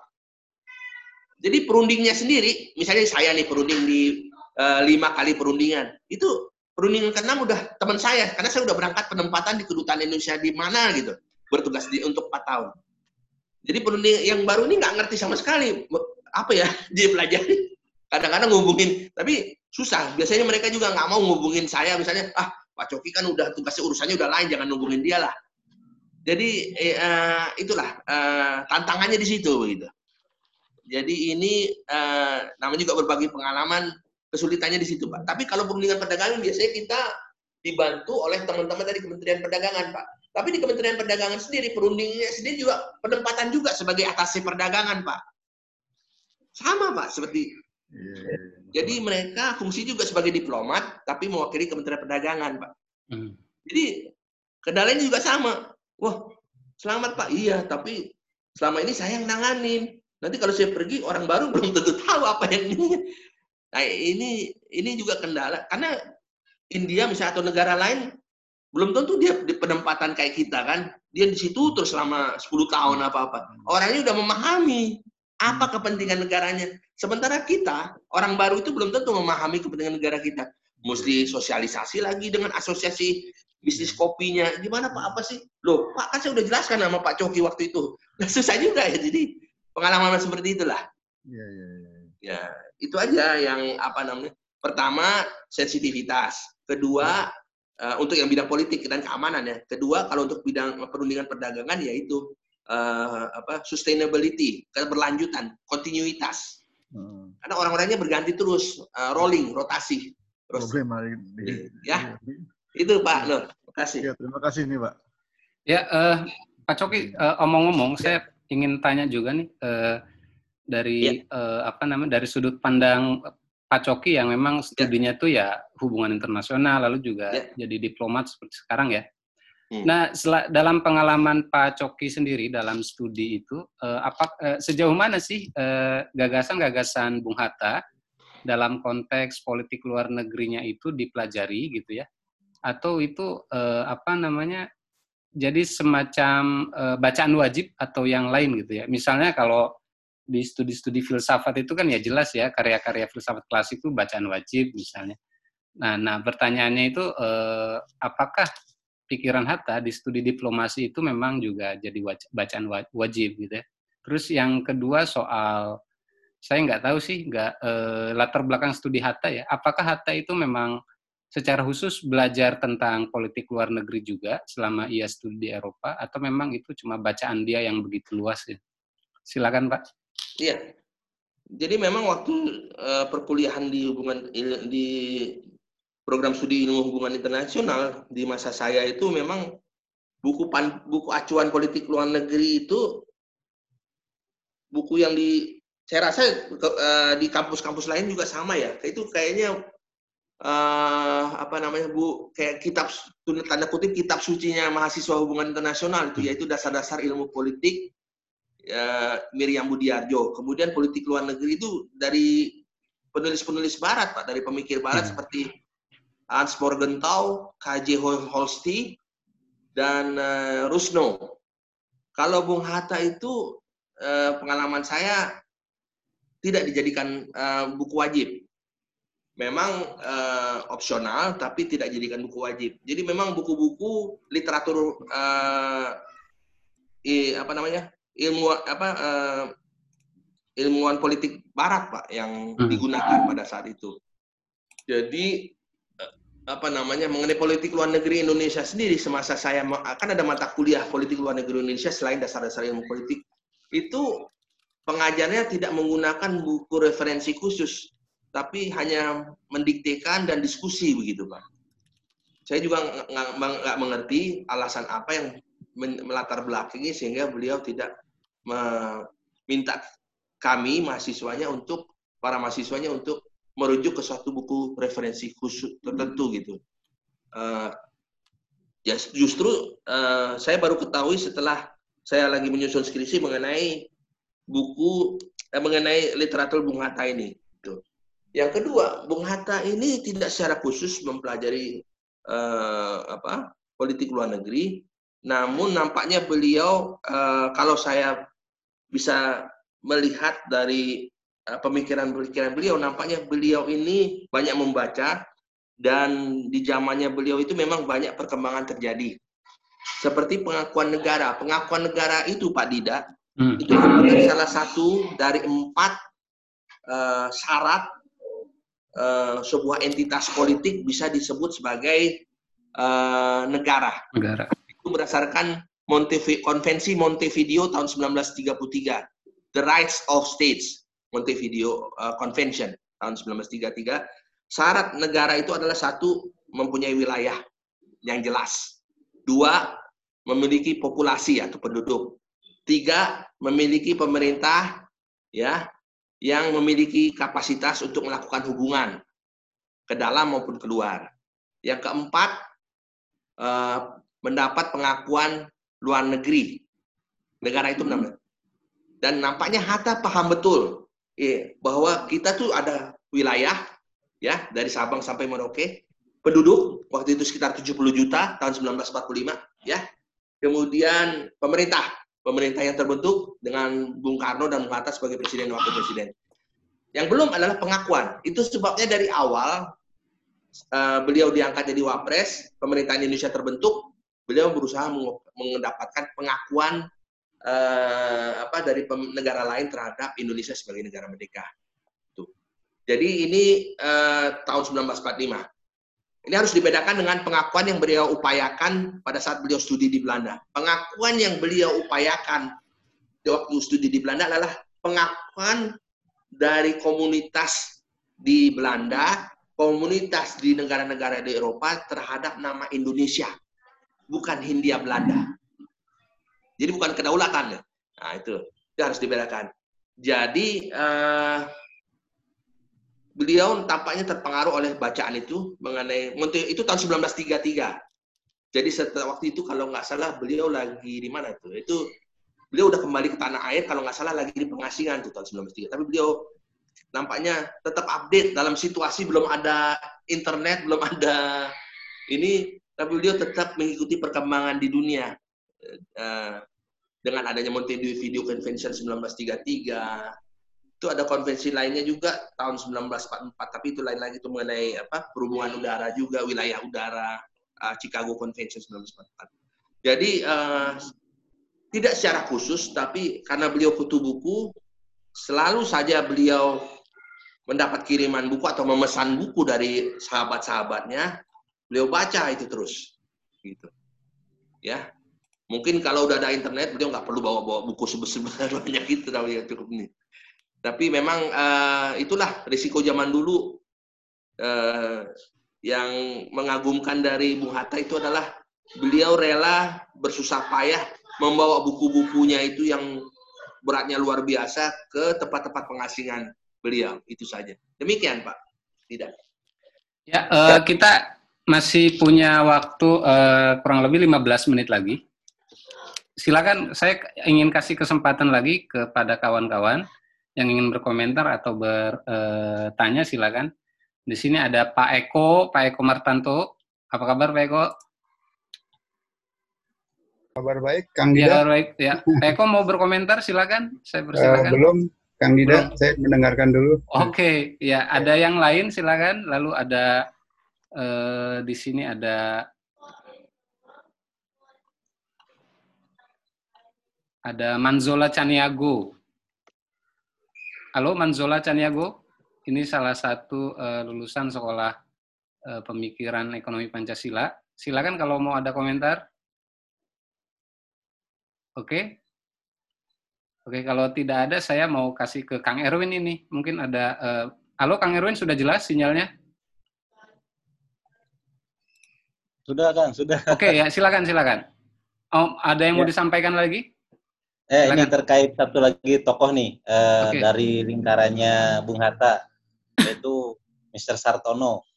Jadi perundingnya sendiri, misalnya saya nih perunding di 5 kali perundingan, itu perundingan ke-6 udah teman saya, karena saya udah berangkat penempatan di kedutaan Indonesia di mana gitu, bertugas untuk 4 tahun. Jadi perunding yang baru ini nggak ngerti sama sekali, dia pelajari. Kadang-kadang ngubungin, tapi susah. Biasanya mereka juga nggak mau ngubungin saya, misalnya, Pak Coki kan udah tugasnya urusannya udah lain, jangan ngubungin dia lah. Jadi itulah tantangannya di situ gitu. Jadi ini namanya juga berbagi pengalaman, kesulitannya di situ, Pak. Tapi kalau perundingan perdagangan biasanya kita dibantu oleh teman-teman dari Kementerian Perdagangan, Pak. Tapi di Kementerian Perdagangan sendiri, perundingnya sendiri juga penempatan juga sebagai atase perdagangan, Pak. Sama, Pak, seperti jadi mereka fungsi juga sebagai diplomat, tapi mewakili Kementerian Perdagangan, Pak. Jadi kendalanya juga sama. Wah, selamat Pak. Iya, tapi selama ini saya yang nanganin. Nanti kalau saya pergi, orang baru belum tentu tahu apa yang ini. Nah, ini juga kendala. Karena India misalnya atau negara lain, belum tentu dia di penempatan kayak kita kan. Dia di situ terus selama 10 tahun apa-apa. Orangnya udah memahami apa kepentingan negaranya. Sementara kita, orang baru itu belum tentu memahami kepentingan negara kita. Mesti sosialisasi lagi dengan asosiasi bisnis kopinya. Gimana Pak, apa sih? Loh, Pak, kan saya udah jelaskan sama Pak Coki waktu itu. Nah, susah juga ya. Jadi pengalaman seperti itulah. Ya, itu aja yang pertama, sensitivitas. Kedua, untuk yang bidang politik dan keamanan ya. Kedua, kalau untuk bidang perundingan perdagangan yaitu sustainability, keberlanjutan, kontinuitas. Karena orang-orangnya berganti terus, rolling, rotasi. Terus, ya, itu Pak Nur. Terima kasih. Ya, terima kasih nih Pak. Ya, Pak Coki, omong-omong, saya ingin tanya juga nih dari dari sudut pandang Pak Coki yang memang studinya tuh ya hubungan internasional, lalu juga jadi diplomat seperti sekarang ya. Nah, dalam pengalaman Pak Coki sendiri dalam studi itu, sejauh mana sih gagasan-gagasan Bung Hatta dalam konteks politik luar negerinya itu dipelajari gitu ya? Atau itu jadi semacam bacaan wajib atau yang lain gitu ya? Misalnya kalau di studi-studi filsafat itu kan ya jelas ya, karya-karya filsafat klasik itu bacaan wajib misalnya. Nah pertanyaannya itu apakah pikiran Hatta di studi diplomasi itu memang juga jadi bacaan wajib gitu ya. Terus yang kedua soal, saya nggak tahu sih, latar belakang studi Hatta ya. Apakah Hatta itu memang secara khusus belajar tentang politik luar negeri juga selama ia studi di Eropa, atau memang itu cuma bacaan dia yang begitu luas ya? Silakan Pak. Iya. Jadi memang waktu perkuliahan di program studi ilmu hubungan internasional di masa saya itu memang buku acuan politik luar negeri itu buku yang saya rasa di kampus-kampus lain juga sama ya. Itu kayaknya kayak kitab tanda kutip kitab sucinya mahasiswa hubungan internasional itu, yaitu dasar-dasar ilmu politik Miriam Budiarjo. Kemudian politik luar negeri itu dari penulis-penulis barat Pak, dari pemikir barat seperti Hans Morgenthau, K.J. Holsti, dan Rusno. Kalau Bung Hatta itu pengalaman saya tidak dijadikan buku wajib. Memang opsional, tapi tidak dijadikan buku wajib. Jadi memang buku-buku literatur ilmuwan politik Barat Pak yang digunakan pada saat itu. Jadi mengenai politik luar negeri Indonesia sendiri, semasa saya akan ada mata kuliah politik luar negeri Indonesia selain dasar-dasar ilmu politik, itu pengajarnya tidak menggunakan buku referensi khusus, tapi hanya mendiktekan dan diskusi begitu Pak. Saya juga nggak mengerti alasan apa yang melatar belakangi sehingga beliau tidak meminta kami para mahasiswanya untuk merujuk ke suatu buku referensi khusus tertentu gitu. Justru saya baru ketahui setelah saya lagi menyusun skripsi mengenai mengenai literatur Bung Hatta ini. Gitu. Yang kedua, Bung Hatta ini tidak secara khusus mempelajari politik luar negeri, namun nampaknya beliau kalau saya bisa melihat dari pemikiran-pemikiran beliau, nampaknya beliau ini banyak membaca, dan di zamannya beliau itu memang banyak perkembangan terjadi. Seperti pengakuan negara. Pengakuan negara itu Pak Dida, itu merupakan salah satu dari 4 syarat sebuah entitas politik bisa disebut sebagai negara. Itu berdasarkan Konvensi Montevideo tahun 1933. The Rights of States, Montevideo Convention tahun 1933. Syarat negara itu adalah 1, mempunyai wilayah yang jelas. 2, memiliki populasi atau penduduk. 3, memiliki pemerintah ya yang memiliki kapasitas untuk melakukan hubungan ke dalam maupun keluar. Yang keempat, mendapat pengakuan luar negeri. Negara itu benar-benar. Dan nampaknya Hatta paham betul bahwa kita tuh ada wilayah ya dari Sabang sampai Merauke, penduduk waktu itu sekitar 70 juta tahun 1945 ya. Kemudian pemerintah yang terbentuk dengan Bung Karno dan Bung Hatta sebagai presiden dan wakil presiden. Yang belum adalah pengakuan. Itu sebabnya dari awal beliau diangkat jadi wapres, pemerintahan Indonesia terbentuk, beliau berusaha mendapatkan pengakuan dari negara lain terhadap Indonesia sebagai negara merdeka. Tuh. Jadi ini tahun 1945. Ini harus dibedakan dengan pengakuan yang beliau upayakan pada saat beliau studi di Belanda. Pengakuan yang beliau upayakan di waktu studi di Belanda adalah pengakuan dari komunitas di Belanda, komunitas di negara-negara di Eropa terhadap nama Indonesia, bukan Hindia Belanda. Jadi bukan kedaulatan ya. Nah, itu harus dibedakan. Jadi beliau tampaknya terpengaruh oleh bacaan itu mengenai itu tahun 1933. Jadi setelah waktu itu kalau nggak salah beliau lagi di mana tuh? Itu beliau udah kembali ke tanah air kalau nggak salah lagi di pengasingan tuh tahun 1933. Tapi beliau nampaknya tetap update dalam situasi belum ada internet, belum ada ini, tapi beliau tetap mengikuti perkembangan di dunia. Dengan adanya Montevideo Convention 1933, itu ada konvensi lainnya juga tahun 1944, tapi itu lain lagi itu mengenai perhubungan udara juga, wilayah udara, Chicago Convention 1944. Jadi tidak secara khusus, tapi karena beliau kutu buku, selalu saja beliau mendapat kiriman buku atau memesan buku dari sahabat-sahabatnya, beliau baca itu terus, gitu, ya. Mungkin kalau udah ada internet, beliau nggak perlu bawa buku sebesar banyak itu, tapi ya cukup ini. Tapi memang itulah risiko zaman dulu. Yang mengagumkan dari Bung Hatta itu adalah beliau rela bersusah payah membawa buku-bukunya itu yang beratnya luar biasa ke tempat-tempat pengasingan beliau. Itu saja. Demikian, Pak. Tidak. Ya, kita masih punya waktu kurang lebih 15 menit lagi. Silakan, saya ingin kasih kesempatan lagi kepada kawan-kawan yang ingin berkomentar atau bertanya, silakan. Di sini ada Pak Eko Martanto. Apa kabar Pak Eko? Kabar baik, Kang Dida. Ya, baik. Ya. Pak Eko mau berkomentar, silakan. Saya persilakan. Belum, Kang Dida. Belum. Saya mendengarkan dulu. Oke, ya. Ada yang lain, silakan. Lalu ada di sini ada Manzola Caniago. Halo Manzola Caniago, ini salah satu lulusan sekolah pemikiran ekonomi Pancasila. Silakan kalau mau ada komentar. Oke. Oke, kalau tidak ada saya mau kasih ke Kang Erwin ini. Mungkin ada halo Kang Erwin, sudah jelas sinyalnya? Sudah, Kang, sudah. Oke, ya, silakan. Oh, ada yang mau disampaikan lagi? Ini terkait satu lagi tokoh nih dari lingkarannya Bung Hatta, yaitu Mr. Sartono.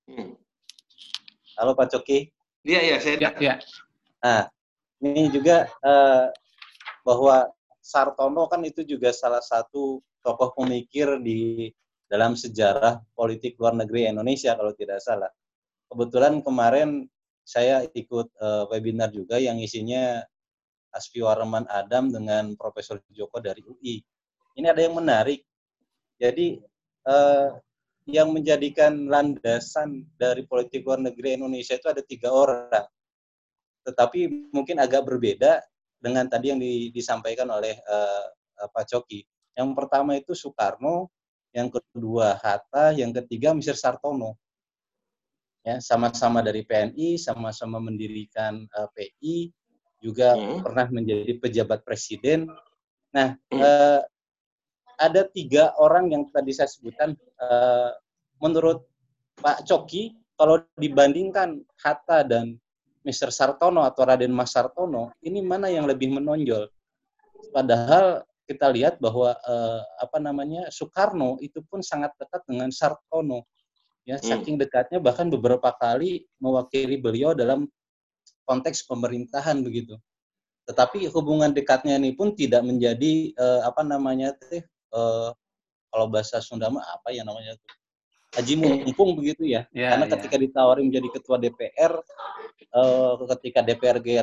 Halo Pak Coki. Iya, saya. Ya. Nah, ini juga bahwa Sartono kan itu juga salah satu tokoh pemikir di dalam sejarah politik luar negeri Indonesia kalau tidak salah. Kebetulan kemarin saya ikut webinar juga yang isinya Asfi Warman Adam dengan Profesor Joko dari UI. Ini ada yang menarik. Jadi yang menjadikan landasan dari politik luar negeri Indonesia itu ada 3 orang. Tetapi mungkin agak berbeda dengan tadi yang disampaikan oleh Pak Coki. Yang pertama itu Soekarno, yang kedua Hatta, yang ketiga Mr. Sartono. Ya, sama-sama dari PNI, sama-sama mendirikan PI, juga pernah menjadi pejabat presiden. Nah, ada 3 orang yang tadi saya sebutkan. Menurut Pak Coki, kalau dibandingkan Hatta dan Mr. Sartono atau Raden Mas Sartono, ini mana yang lebih menonjol? Padahal kita lihat bahwa Soekarno itu pun sangat dekat dengan Sartono. Ya, saking dekatnya bahkan beberapa kali mewakili beliau dalam konteks pemerintahan begitu. Tetapi hubungan dekatnya ini pun tidak menjadi kalau bahasa Sunda mah apa ya namanya itu, aji mumpung begitu ya. Karena ketika ditawari menjadi ketua DPR, ketika DPR GR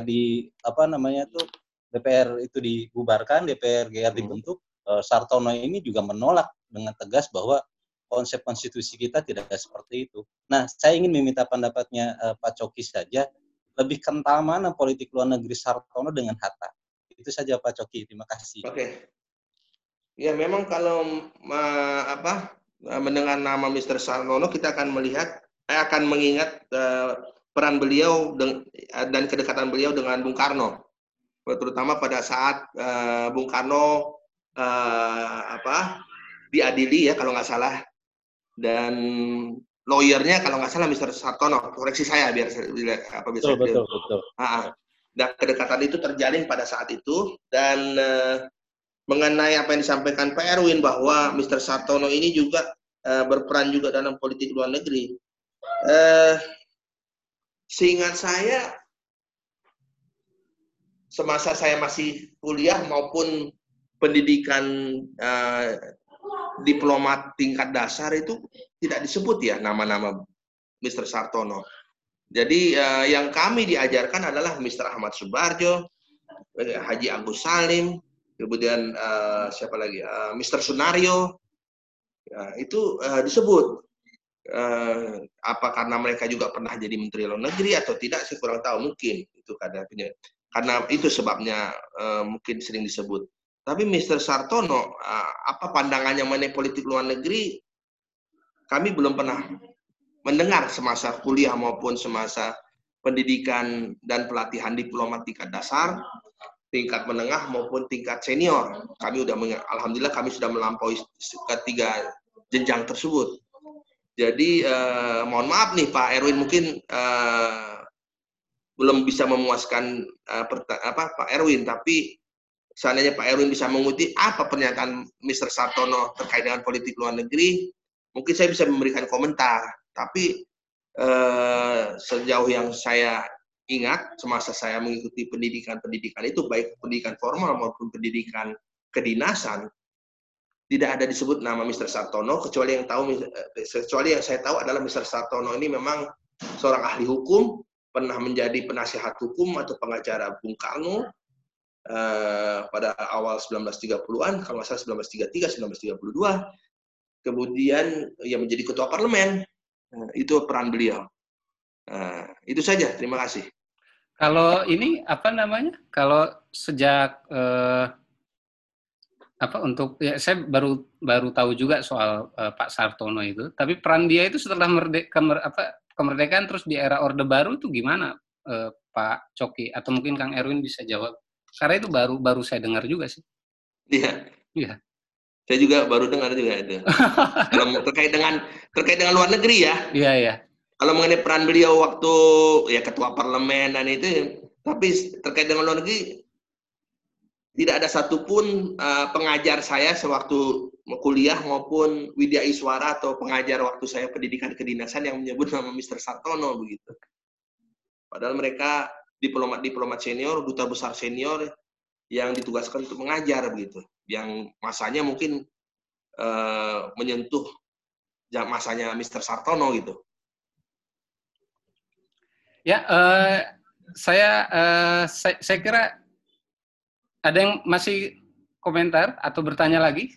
DPR itu dibubarkan, DPR GR dibentuk, Sartono ini juga menolak dengan tegas bahwa konsep konstitusi kita tidak seperti itu. Nah, saya ingin meminta pendapatnya Pak Coki saja, lebih kental mana politik luar negeri Sartono dengan Hatta? Itu saja Pak Coki, terima kasih. Oke. Ya, memang kalau mendengar nama Mr. Sartono, kita akan mengingat peran beliau dan kedekatan beliau dengan Bung Karno. Terutama pada saat Bung Karno diadili ya kalau nggak salah, dan lawyernya kalau nggak salah Mr. Sartono, koreksi saya biar bisa. Betul. Dan kedekatan itu terjalin pada saat itu. Dan mengenai apa yang disampaikan Pak Erwin bahwa Mr. Sartono ini juga berperan juga dalam politik luar negeri. Seingat saya, semasa saya masih kuliah maupun pendidikan diplomat tingkat dasar itu tidak disebut ya nama-nama Mr. Sartono. Jadi yang kami diajarkan adalah Mr. Ahmad Subarjo, Haji Agus Salim, kemudian siapa lagi, Mr. Sunario, itu disebut. Apa karena mereka juga pernah jadi Menteri Luar Negeri atau tidak, saya kurang tahu, mungkin itu karena itu sebabnya mungkin sering disebut. Tapi Mr. Sartono, apa pandangannya mengenai politik luar negeri, kami belum pernah mendengar semasa kuliah maupun semasa pendidikan dan pelatihan diplomat tingkat dasar, tingkat menengah maupun tingkat senior. Alhamdulillah kami sudah melampaui ketiga jenjang tersebut. Jadi mohon maaf nih Pak Erwin, mungkin belum bisa memuaskan Pak Erwin, tapi seandainya Pak Erwin bisa mengutip apa pernyataan Mr. Sartono terkait dengan politik luar negeri, mungkin saya bisa memberikan komentar. Tapi sejauh yang saya ingat, semasa saya mengikuti pendidikan itu, baik pendidikan formal maupun pendidikan kedinasan, tidak ada disebut nama Mr. Sartono, kecuali yang saya tahu adalah Mr. Sartono ini memang seorang ahli hukum, pernah menjadi penasihat hukum atau pengacara Bung Karno pada awal 1930-an, kalau nggak salah 1933, 1932, kemudian ia menjadi ketua parlemen. Itu peran beliau. Itu saja, terima kasih. Kalau ini apa namanya? Kalau sejak ya saya baru tahu juga soal Pak Sartono itu. Tapi peran dia itu setelah kemerdekaan terus di era Orde Baru itu gimana, Pak Coki? Atau mungkin Kang Erwin bisa jawab? Karena itu baru saya dengar juga sih. Iya. Iya. Saya juga baru dengar juga itu. Kalau terkait dengan luar negeri ya. Iya, iya. Kalau mengenai peran beliau waktu ya ketua parlemen dan itu, tapi terkait dengan luar negeri tidak ada satupun pengajar saya sewaktu kuliah maupun widya iswara atau pengajar waktu saya pendidikan kedinasan yang menyebut nama Mr. Sartono begitu. Padahal mereka diplomat senior, duta besar senior yang ditugaskan untuk mengajar begitu, yang masanya mungkin menyentuh masanya Mr. Sartono gitu. Ya, saya kira ada yang masih komentar atau bertanya lagi?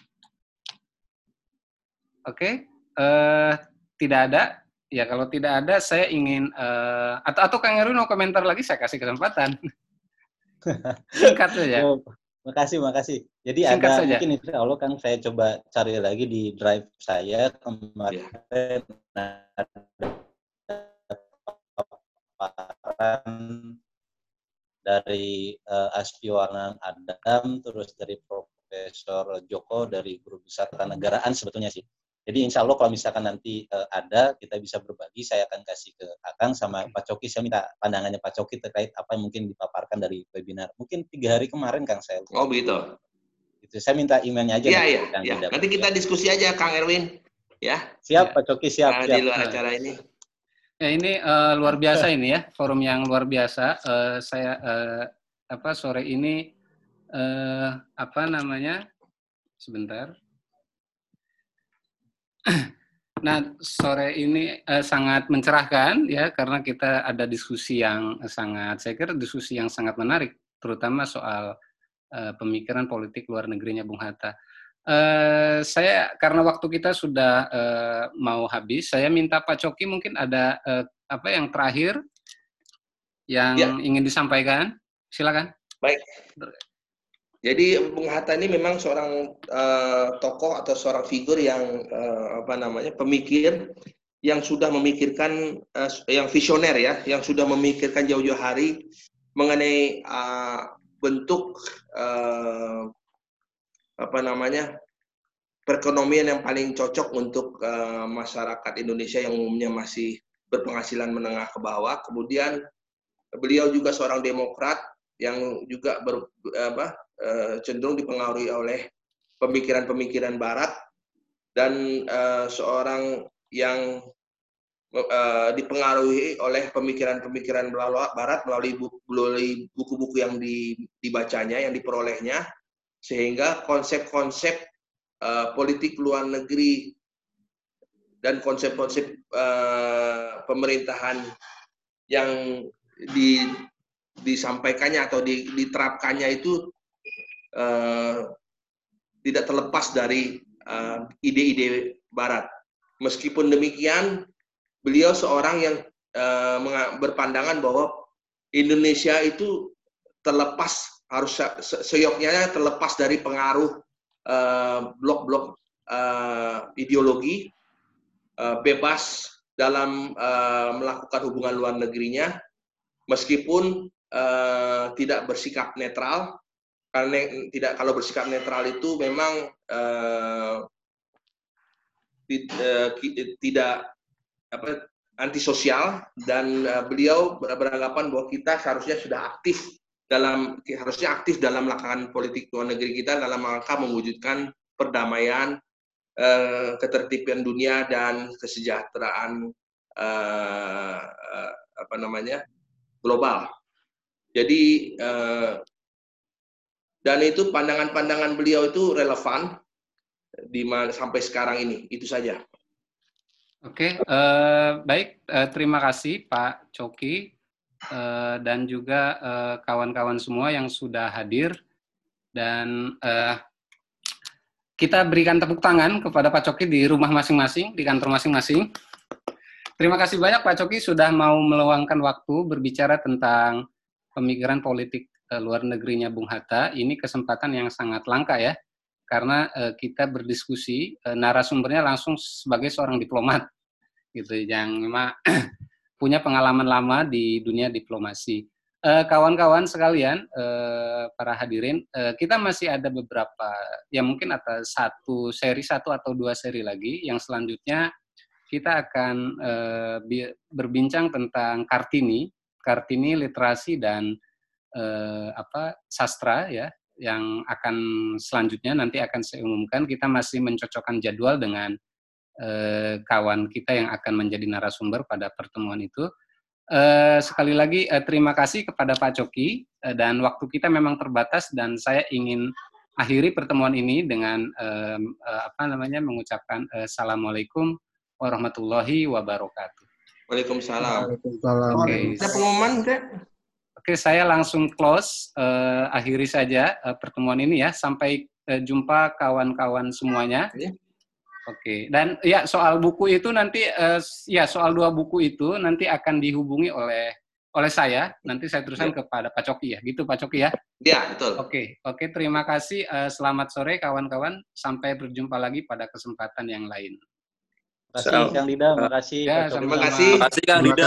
Oke, tidak ada. Ya kalau tidak ada, saya ingin atau Kang Erwin mau komentar lagi, saya kasih kesempatan. Singkat saja. Oh, makasih. Jadi Singkat ada saja. mungkin insya Allah kan saya coba cari lagi di drive saya kemarin paparan dari Asfiwanan Adam, terus dari Profesor Joko dari Guru Besar Kenegaraan sebetulnya sih. Jadi insya Allah kalau misalkan nanti ada, kita bisa berbagi, saya akan kasih ke Akang sama Pak Coki. Saya minta pandangannya Pak Coki terkait apa yang mungkin dipaparkan dari webinar. Mungkin 3 hari kemarin Kang saya. Oh begitu. Itu saya minta emailnya aja. Iya. Nanti kita diskusi aja Kang Erwin. Ya. Siap Pak Coki, siap. Di luar acara ini. Ya ini luar biasa ini ya, forum yang luar biasa. Saya sore ini sebentar. Nah, sore ini sangat mencerahkan ya, karena kita ada diskusi yang saya kira diskusi yang sangat menarik, terutama soal pemikiran politik luar negerinya Bung Hatta. Saya karena waktu kita sudah mau habis, saya minta Pak Coki mungkin ada yang terakhir yang ingin disampaikan, silakan. Baik. Jadi Bung Hatta ini memang seorang tokoh atau seorang figur yang pemikir yang sudah memikirkan yang visioner ya, yang sudah memikirkan jauh-jauh hari mengenai bentuk perekonomian yang paling cocok untuk masyarakat Indonesia yang umumnya masih berpenghasilan menengah ke bawah. Kemudian beliau juga seorang demokrat yang juga cenderung dipengaruhi oleh pemikiran-pemikiran Barat, dan seorang yang dipengaruhi oleh pemikiran-pemikiran Barat melalui buku-buku yang dibacanya, yang diperolehnya, sehingga konsep-konsep politik luar negeri dan konsep-konsep pemerintahan yang disampaikannya atau diterapkannya itu tidak terlepas dari ide-ide Barat. Meskipun demikian, beliau seorang yang berpandangan bahwa Indonesia itu terlepas, harus seyoknya terlepas dari pengaruh blok-blok ideologi, bebas dalam melakukan hubungan luar negerinya, meskipun tidak bersikap netral. Karena kalau bersikap netral itu memang tidak antisosial, dan beliau beranggapan bahwa kita harusnya aktif dalam melakukan politik luar negeri kita dalam rangka mewujudkan perdamaian, ketertiban dunia, dan kesejahteraan global. Jadi dan itu pandangan-pandangan beliau itu relevan sampai sekarang ini. Itu saja. Oke, baik. Terima kasih Pak Coki dan juga kawan-kawan semua yang sudah hadir, dan kita berikan tepuk tangan kepada Pak Coki di rumah masing-masing, di kantor masing-masing. Terima kasih banyak Pak Coki sudah mau meluangkan waktu berbicara tentang pemikiran politik luar negerinya Bung Hatta. Ini kesempatan yang sangat langka ya, karena kita berdiskusi, narasumbernya langsung sebagai seorang diplomat, gitu, yang memang punya pengalaman lama di dunia diplomasi. Kawan-kawan sekalian, para hadirin, kita masih ada beberapa, ya mungkin ada satu atau dua seri lagi, yang selanjutnya kita akan berbincang tentang Kartini literasi dan sastra ya, yang akan selanjutnya nanti akan saya umumkan. Kita masih mencocokkan jadwal dengan kawan kita yang akan menjadi narasumber pada pertemuan itu. Sekali lagi terima kasih kepada Pak Coki, dan waktu kita memang terbatas, dan saya ingin akhiri pertemuan ini dengan mengucapkan Assalamualaikum warahmatullahi wabarakatuh. Waalaikumsalam. Oke. Ada pengumuman, Kak? Oke, saya langsung close, akhiri saja pertemuan ini ya. Sampai jumpa kawan-kawan semuanya. Oke, dan ya soal buku itu nanti, soal 2 buku itu nanti akan dihubungi oleh saya. Nanti saya teruskan kepada Pak Coki ya, gitu Pak Coki ya? Iya, betul. Oke, terima kasih. Selamat sore kawan-kawan. Sampai berjumpa lagi pada kesempatan yang lain. Terima kasih Kang Dida, terima kasih. Ya, terima kasih. Kang Dida.